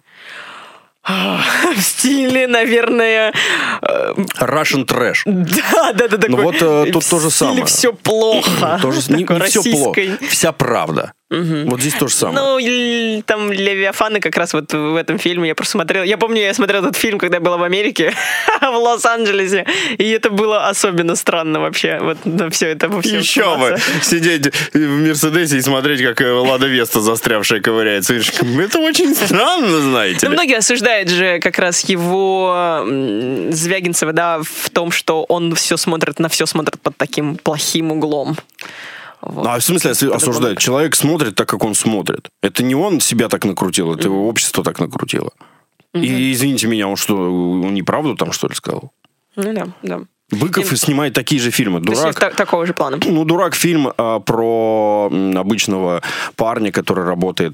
В стиле, наверное... Russian Trash. Да. Ну вот тут то же самое. В стиле все плохо. Не все плохо. Вся правда. Вот здесь то же самое. Ну, там «Левиафаны» как раз вот в этом фильме я просто смотрел. Я помню, я смотрел этот фильм, когда я была в Америке, в Лос-Анджелесе, и это было особенно странно вообще. Вот на все это во всем. Еще бы! Сидеть в Мерседесе и смотреть, как Лада Веста застрявшая ковыряется. Это очень странно, знаете ли. Многие осуждают же как раз его Звягинцева, да, в том, что он на все смотрит под таким плохим углом. Вот. А в смысле осуждать? Человек смотрит так, как он смотрит. Это не он себя так накрутил, это его общество так накрутило. И, извините меня, он что, неправду там, что ли, сказал? Ну да. Быков снимает такие же фильмы. «Дурак». Такого же плана. Ну, «Дурак» фильм про обычного парня, который работает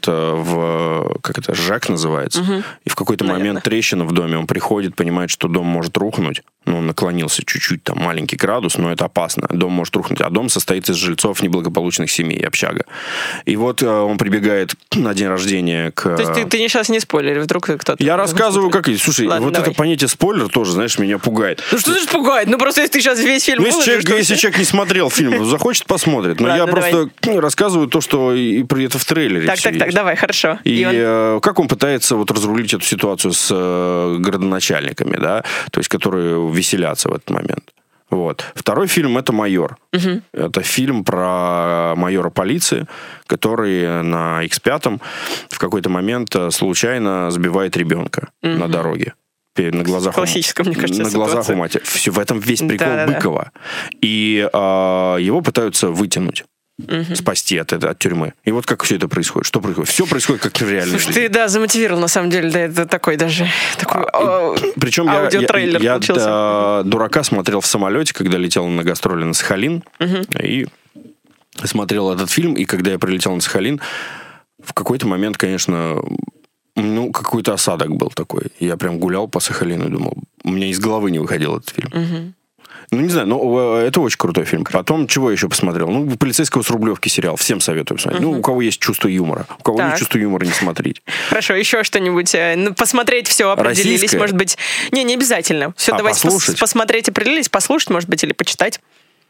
ЖЭК называется. И в какой-то момент трещина в доме. Он приходит, понимает, что дом может рухнуть. Ну, он наклонился чуть-чуть, там, маленький градус, но это опасно. Дом может рухнуть. А дом состоит из жильцов неблагополучных семей, общага. И вот он прибегает на день рождения к... То есть ты сейчас не спойлери, вдруг кто-то... Я рассказываю, как... Слушай, ладно, вот давай. Это понятие спойлер тоже, знаешь, меня пугает. Ну, что значит пугает? Ну, просто если ты сейчас весь фильм... Если человек не смотрел фильм, захочет, посмотрит. Но я просто рассказываю то, что это в трейлере. Так, давай, хорошо. И как он пытается вот разрулить эту ситуацию с градоначальниками, да, то есть которые веселятся в этот момент. Вот. Второй фильм — это «Майор». Это фильм про майора полиции, который на X5 в какой-то момент случайно сбивает ребенка на дороге. На глазах классическом, мне кажется, на глазах у матери. Все, в этом весь прикол Быкова. И его пытаются вытянуть. Спасти от тюрьмы. И вот как все это происходит. Что происходит? Все происходит как в реальной жизни. Слушай, ты, замотивировал, на самом деле. Да, это такой даже причем аудиотрейлер получился. Я «Дурака» смотрел в самолете, когда летел на гастроли на Сахалин. И смотрел этот фильм. И когда я прилетел на Сахалин, в какой-то момент, конечно... какой-то осадок был такой. Я прям гулял по Сахалину и думал, у меня из головы не выходил этот фильм. Ну, не знаю, но это очень крутой фильм. Потом, чего я еще посмотрел? «Полицейского с Рублевки» сериал. Всем советую посмотреть. У кого есть чувство юмора. У кого нет чувства юмора, не смотреть. Хорошо, еще что-нибудь. Посмотреть все, определились. Российское? Может быть... Не обязательно. Все, давайте посмотреть, определились, послушать, может быть, или почитать.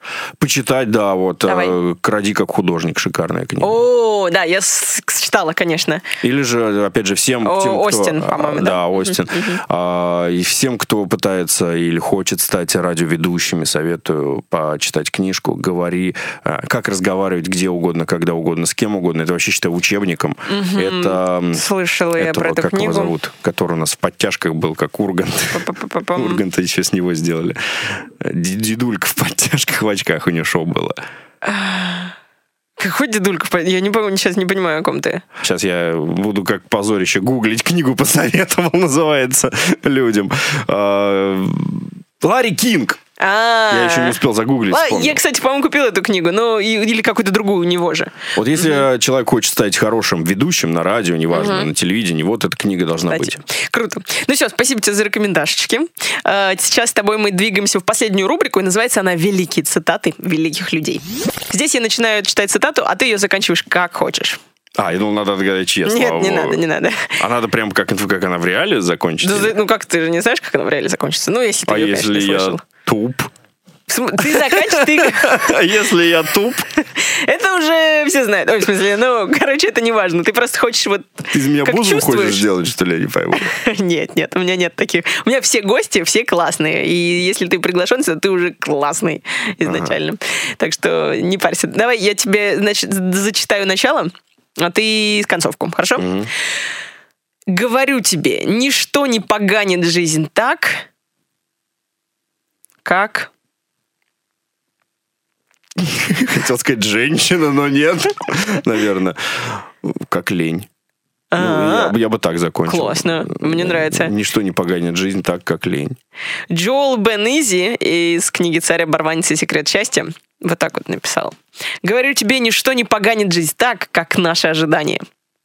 Почитать, да, вот «Кради как художник», шикарная книга. О, да, я читала, конечно. Или же, опять же, всем тем, Остин, по-моему, да? Да, Остин. И всем, кто пытается или хочет стать радиоведущими, советую почитать книжку «Говори», как разговаривать где угодно, когда угодно, с кем угодно. Это вообще, считаю, учебником. Это... Слышала я про эту как книгу. его зовут? Который у нас в подтяжках был, как Ургант. Урганта еще с него сделали. Дедулька в подтяжках, в очках у него шоу было. Какой дедулька? Я не помню, сейчас не понимаю, о ком ты. Сейчас я буду как позорище гуглить, книгу посоветовал, называется, людям. Ларри Кинг. Я еще не успел загуглить. Я, кстати, по-моему, купил эту книгу, но или какую-то другую у него же. Вот если человек хочет стать хорошим ведущим на радио, неважно, на телевидении, вот эта книга должна быть. Круто. Ну все, спасибо тебе за рекомендашечки. Сейчас с тобой мы двигаемся в последнюю рубрику, и называется она «Великие цитаты великих людей». Здесь я начинаю читать цитату, а ты ее заканчиваешь как хочешь. Я думал, надо отгадать честно. Нет, не надо. А надо прям как она в реале закончится? Ну как, ты же не знаешь, как она в реале закончится? Ну, если ты ее, конечно, не слышал. Туп? Ты заканчиваешь, Если я туп? Это уже все знают. Ой, в смысле, короче, это не важно. Ты просто хочешь вот... Ты из меня бузу хочешь сделать, что ли, я не пойму? Нет, у меня нет таких. У меня все гости, все классные. И если ты приглашен, то ты уже классный изначально. Так что не парься. Давай я тебе, значит, зачитаю начало, а ты концовку, хорошо? Говорю тебе, ничто не поганит жизнь так, как... Хотел сказать женщина, но нет. Наверное. Как лень. Я бы так закончил. Классно, мне нравится. Ничто не поганит жизнь так, как лень. Джоэл Бен Изи из книги «Царь оборванец и секрет счастья» вот так вот написал. Говорю тебе, ничто не поганит жизнь так, как наши ожидания.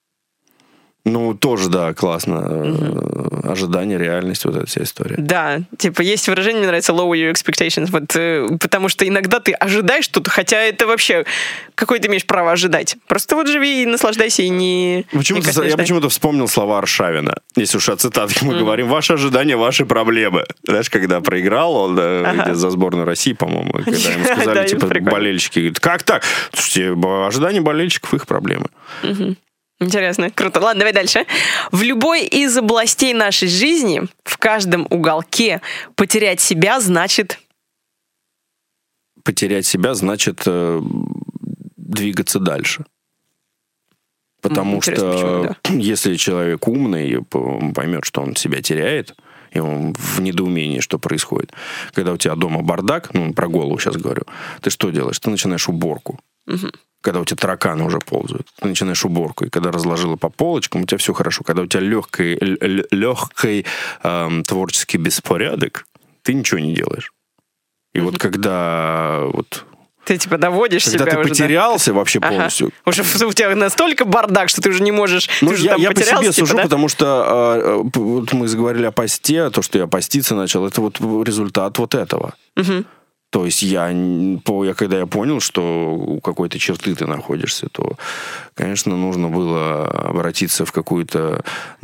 Ну, тоже, да, классно. Ожидание, реальность, вот эта вся история. Да, типа есть выражение, мне нравится lower your expectations, вот, потому что иногда ты ожидаешь что-то, хотя это вообще, какое ты имеешь право ожидать? Просто вот живи и наслаждайся, и не... Я почему-то вспомнил слова Аршавина. Если уж о цитатах мы говорим. Ваши ожидания, ваши проблемы. Знаешь, когда проиграл он за сборную России, по-моему, когда ему сказали, типа, болельщики, говорят, как так? Слушайте, ожидания болельщиков, их проблемы. Интересно, круто. Ладно, давай дальше. В любой из областей нашей жизни, в каждом уголке, потерять себя значит... Потерять себя значит двигаться дальше. Потому что если человек умный и поймет, что он себя теряет, и он в недоумении, что происходит. Когда у тебя дома бардак, про голову сейчас говорю, ты что делаешь? Ты начинаешь уборку. Когда у тебя тараканы уже ползают, ты начинаешь уборку. И когда разложила по полочкам, у тебя все хорошо. Когда у тебя легкий творческий беспорядок, ты ничего не делаешь. И вот когда... Ты типа доводишь когда себя ты уже, потерялся вообще полностью. Уже у тебя настолько бардак, что ты уже не можешь... Я по себе сужу, потому что вот мы заговорили о посте, то, что я поститься начал, это вот результат вот этого. То есть когда я понял, что у какой-то черты ты находишься, то, конечно, нужно было обратиться в какую-то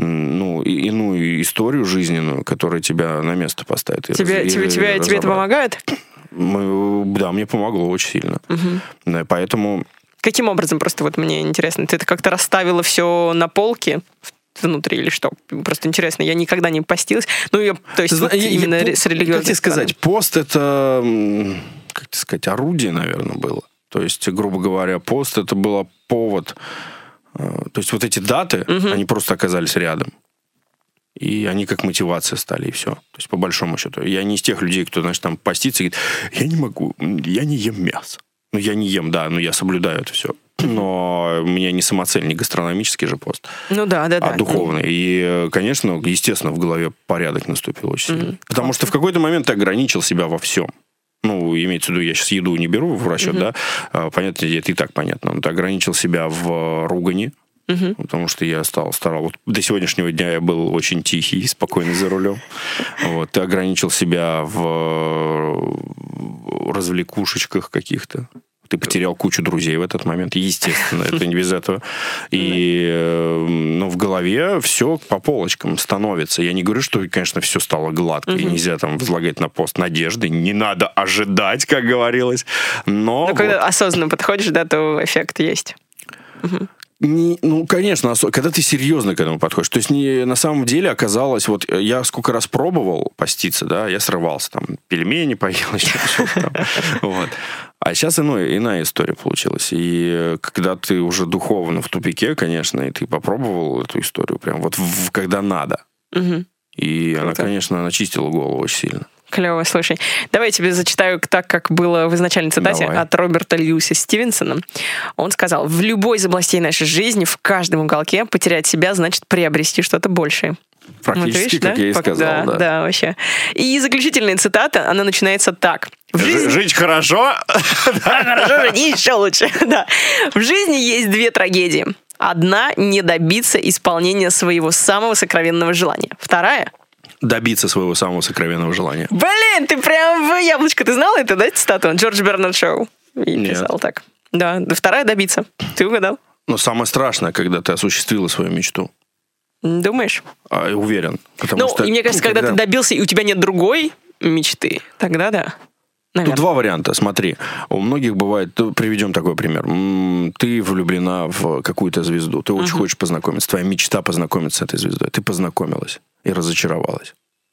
иную историю жизненную, которая тебя на место поставит. Тебе это помогает? Да, мне помогло очень сильно. Да, поэтому... Каким образом, просто вот мне интересно, ты это как-то расставила все на полке внутри или что? Просто интересно, я никогда не постилась. То есть именно с религиозной Как тебе сказать, пост это, орудие, наверное, было. То есть, грубо говоря, пост это был повод. То есть вот эти даты, они просто оказались рядом. И они как мотивация стали, и все. То есть, по большому счету. Я не из тех людей, кто, там постится и говорит, я не могу, я не ем мясо. Я не ем, да, но я соблюдаю это все. Но у меня не самоцель, не гастрономический же пост, а духовный. И, конечно, естественно, в голове порядок наступил очень сильно. Потому что в какой-то момент ты ограничил себя во всем. Имеется в виду, я сейчас еду не беру в расчет, да, понятно, это и так понятно. Но ты ограничил себя в ругани, потому что я старался. До сегодняшнего дня я был очень тихий и спокойный за рулем. Ты ограничил себя в развлекушечках каких-то. Ты потерял кучу друзей в этот момент, естественно, это не без этого. И в голове все по полочкам становится. Я не говорю, что, конечно, все стало гладко, и нельзя там возлагать на пост надежды, не надо ожидать, как говорилось. Но когда осознанно подходишь, да, то эффект есть. Конечно, когда ты серьезно к этому подходишь. То есть на самом деле оказалось, вот я сколько раз пробовал поститься, да, я срывался, там, пельмени поел, еще что-то там. Вот. А сейчас иная история получилась. И когда ты уже духовно в тупике, конечно, и ты попробовал эту историю прям вот когда надо. И она, конечно, начистила голову очень сильно. Клево, слушай. Давай я тебе зачитаю так, как было в изначальной цитате от Роберта Льюиса Стивенсона. Он сказал: в любой из областей нашей жизни, в каждом уголке потерять себя значит приобрести что-то большее. Практически, видишь, как я и сказал. Да, вообще. И заключительная цитата, она начинается так. Жить хорошо? Хорошо жить еще лучше. В жизни есть две трагедии. Одна — не добиться исполнения своего самого сокровенного желания. Вторая — добиться своего самого сокровенного желания. Блин, ты прям в яблочко. Ты знал это, да, цитату? Джордж Бернард Шоу. И писал так. Да, вторая — добиться. Ты угадал. Но самое страшное, когда ты осуществила свою мечту. Думаешь? Уверен. И мне кажется, когда ты добился, и у тебя нет другой мечты, тогда да. Тут два варианта, смотри. У многих бывает, приведем такой пример. Ты влюблена в какую-то звезду, ты очень хочешь познакомиться, твоя мечта познакомиться с этой звездой. Ты познакомилась и разочаровалась.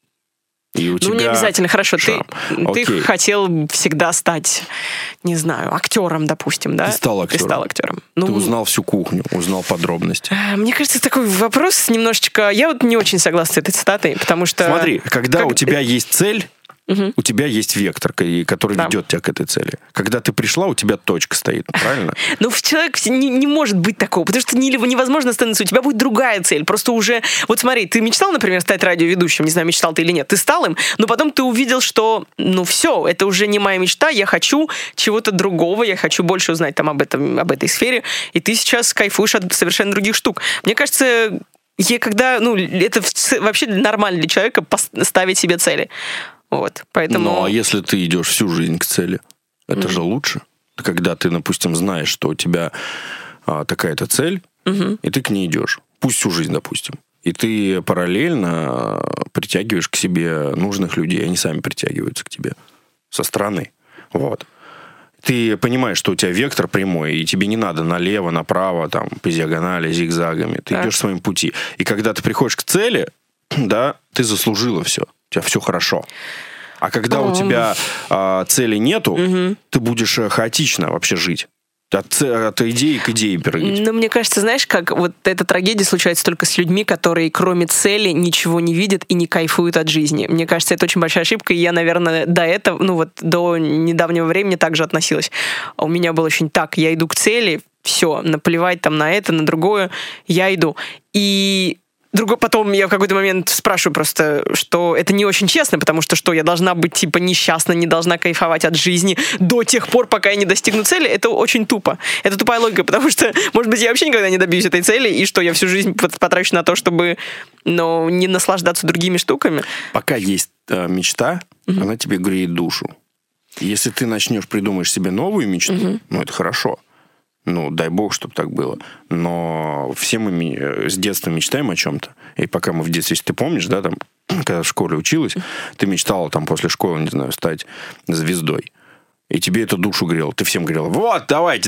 И у тебя не обязательно, хорошо. Ты хотел всегда стать, не знаю, актером, допустим, да? Ты стал актером. Ты узнал всю кухню, узнал подробности. Мне кажется, такой вопрос немножечко... Я вот не очень согласна с этой цитатой, потому что... Смотри, когда у тебя есть цель, у тебя есть вектор, который ведет тебя к этой цели. Когда ты пришла, у тебя точка стоит, правильно? Человек не может быть такого, потому что невозможно становиться. У тебя будет другая цель. Просто уже... Вот смотри, ты мечтал, например, стать радиоведущим, не знаю, мечтал ты или нет. Ты стал им, но потом ты увидел, что, все, это уже не моя мечта, я хочу чего-то другого, я хочу больше узнать там об этой сфере, и ты сейчас кайфуешь от совершенно других штук. Мне кажется, это вообще нормально для человека ставить себе цели. Вот, поэтому... Ну, а если ты идешь всю жизнь к цели, это же лучше. Когда ты, допустим, знаешь, что у тебя такая-то цель, и ты к ней идешь. Пусть всю жизнь, допустим. И ты параллельно притягиваешь к себе нужных людей. Они сами притягиваются к тебе со стороны. Вот. Ты понимаешь, что у тебя вектор прямой, и тебе не надо налево, направо, там, по диагонали, зигзагами. Ты идешь своим пути. И когда ты приходишь к цели, да, ты заслужила все. У тебя все хорошо. А когда у тебя цели нету, ты будешь хаотично вообще жить. От идеи к идее прыгать. Но мне кажется, знаешь, как вот эта трагедия случается только с людьми, которые кроме цели ничего не видят и не кайфуют от жизни. Мне кажется, это очень большая ошибка, и я, наверное, до недавнего времени также относилась. А у меня было очень так, я иду к цели, все, наплевать там на это, на другое, я иду. И потом я в какой-то момент спрашиваю просто, что это не очень честно, потому что я должна быть типа несчастна, не должна кайфовать от жизни до тех пор, пока я не достигну цели. Это очень тупо. Это тупая логика, потому что, может быть, я вообще никогда не добьюсь этой цели, и что я всю жизнь потрачу на то, чтобы, не наслаждаться другими штуками. Пока есть мечта, она тебе греет душу. Если ты придумаешь себе новую мечту, это хорошо. Дай бог, чтобы так было. Но все мы с детства мечтаем о чем-то. И пока мы в детстве, если ты помнишь, да, там, когда в школе училась, ты мечтала там после школы, не знаю, стать звездой. И тебе это душу грело. Ты всем говорила: вот, давайте,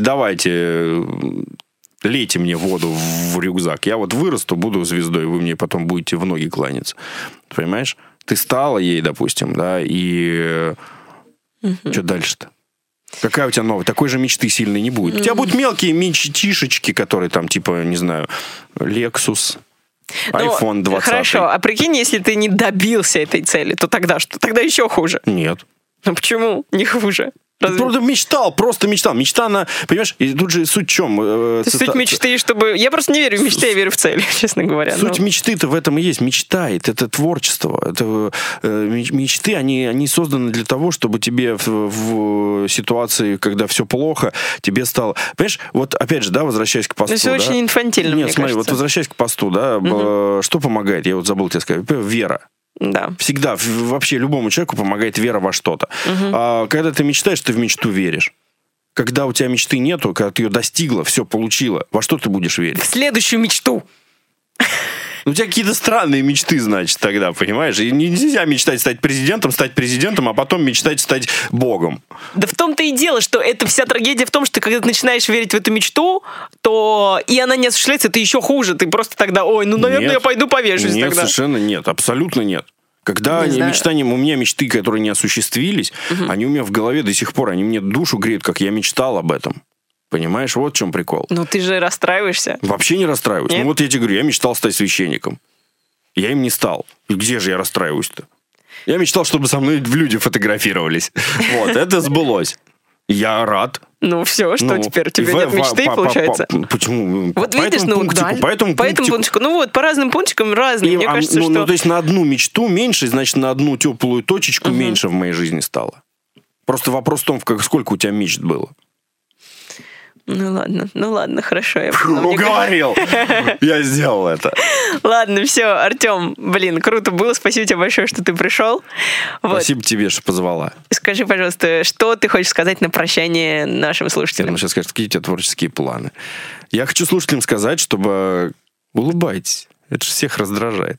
лейте мне воду в рюкзак. Я вот вырасту, буду звездой, вы мне потом будете в ноги кланяться. Понимаешь? Ты стала ей, допустим, да, и что дальше-то? Какая у тебя новая? Такой же мечты сильной не будет. У тебя будут мелкие мечтишечки, которые там, типа, не знаю, Lexus, iPhone 20. Хорошо, а прикинь, если ты не добился этой цели, то тогда что? Тогда еще хуже. Нет. Почему не хуже? Просто мечтал. Мечта, она, понимаешь, и тут же суть в чем? Суть мечты, чтобы... Я просто не верю в мечты, я верю в цели, честно говоря. Суть мечты-то в этом и есть. Мечта, это творчество. Мечты, они созданы для того, чтобы тебе в ситуации, когда все плохо, тебе стало... Понимаешь, вот опять же, да, возвращаясь к посту. Это очень инфантильно, мне смотри, кажется. вот возвращаясь к посту, да, что помогает? Я вот забыл тебе сказать. Вера. Да. Когда у тебя мечты нету, когда ты ее достигла, все получила, во что ты будешь верить? В следующую мечту. У тебя какие-то странные мечты, значит, тогда, понимаешь? И нельзя мечтать стать президентом, а потом мечтать стать богом. Да в том-то и дело, что это вся трагедия в том, что когда ты начинаешь верить в эту мечту, то и она не осуществляется, это еще хуже. Ты просто тогда, наверное, Нет. я пойду повешусь Нет, тогда. совершенно нет, абсолютно нет. Когда у меня мечты, которые не осуществились, они у меня в голове до сих пор, они мне душу греют, как я мечтал об этом. Понимаешь, вот в чем прикол. Ну ты же расстраиваешься. Вообще не расстраиваюсь. Нет? Ну вот я тебе говорю, я мечтал стать священником. Я им не стал. И где же я расстраиваюсь-то? Я мечтал, чтобы со мной люди фотографировались. Вот, это сбылось. Я рад. Ну все, что теперь? У тебя нет мечты, получается? Почему? Вот По видишь, этому пунктику, по этому пунктику. Ну вот, по разным пунктикам разные. Мне кажется, что... Ну, то есть на одну мечту меньше, значит, на одну теплую точечку меньше в моей жизни стало. Просто вопрос в том, сколько у тебя мечт было. Ну ладно, хорошо. Я поняла. Уговорил. Я сделал это. Ладно, все, Артем, круто было. Спасибо тебе большое, что ты пришел. Вот. Спасибо тебе, что позвала. Скажи, пожалуйста, что ты хочешь сказать на прощание нашим слушателям? Сейчас скажешь, какие у тебя творческие планы. Я хочу слушателям сказать, чтобы улыбайтесь. Это же всех раздражает.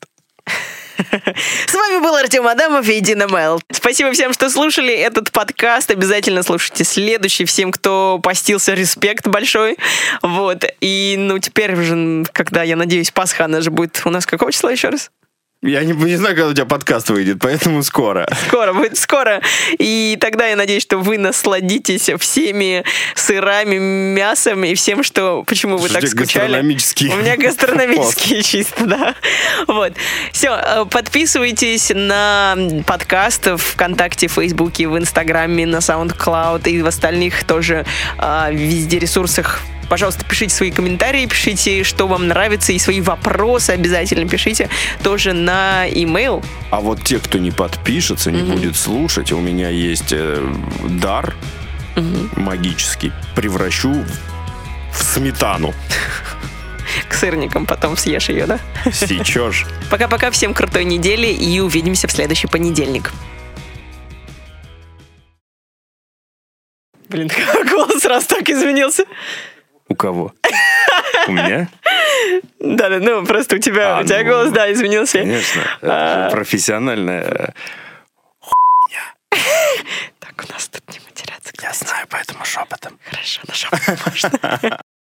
С вами был Артем Адамов и Дина Майл. Спасибо всем, что слушали этот подкаст. Обязательно слушайте следующий. Всем, кто постился, респект большой. Вот. И, теперь уже, когда, я надеюсь, Пасха, она же будет у нас какого числа еще раз? Я не знаю, когда у тебя подкаст выйдет, поэтому скоро. Будет скоро. И тогда я надеюсь, что вы насладитесь всеми сырами, мясом и всем, что... Почему вы так скучали? Гастрономические. У меня гастрономические чисто, да. Вот. Все, подписывайтесь на подкаст в ВКонтакте, в Фейсбуке, в Инстаграме, на SoundCloud и в остальных тоже везде ресурсах. Пожалуйста, пишите свои комментарии, пишите, что вам нравится, и свои вопросы обязательно пишите тоже на e-mail. А вот те, кто не подпишется, не будет слушать, у меня есть дар магический. Превращу в сметану. К сырникам потом съешь ее, да? Сечешь. Пока-пока, всем крутой недели и увидимся в следующий понедельник. Голос раз так изменился. У кого? У меня? Да, просто у тебя голос, изменился. Конечно, это же профессиональная хуйня. Так, у нас тут не матерятся. Я знаю, поэтому шепотом. Хорошо, на шепотом можно.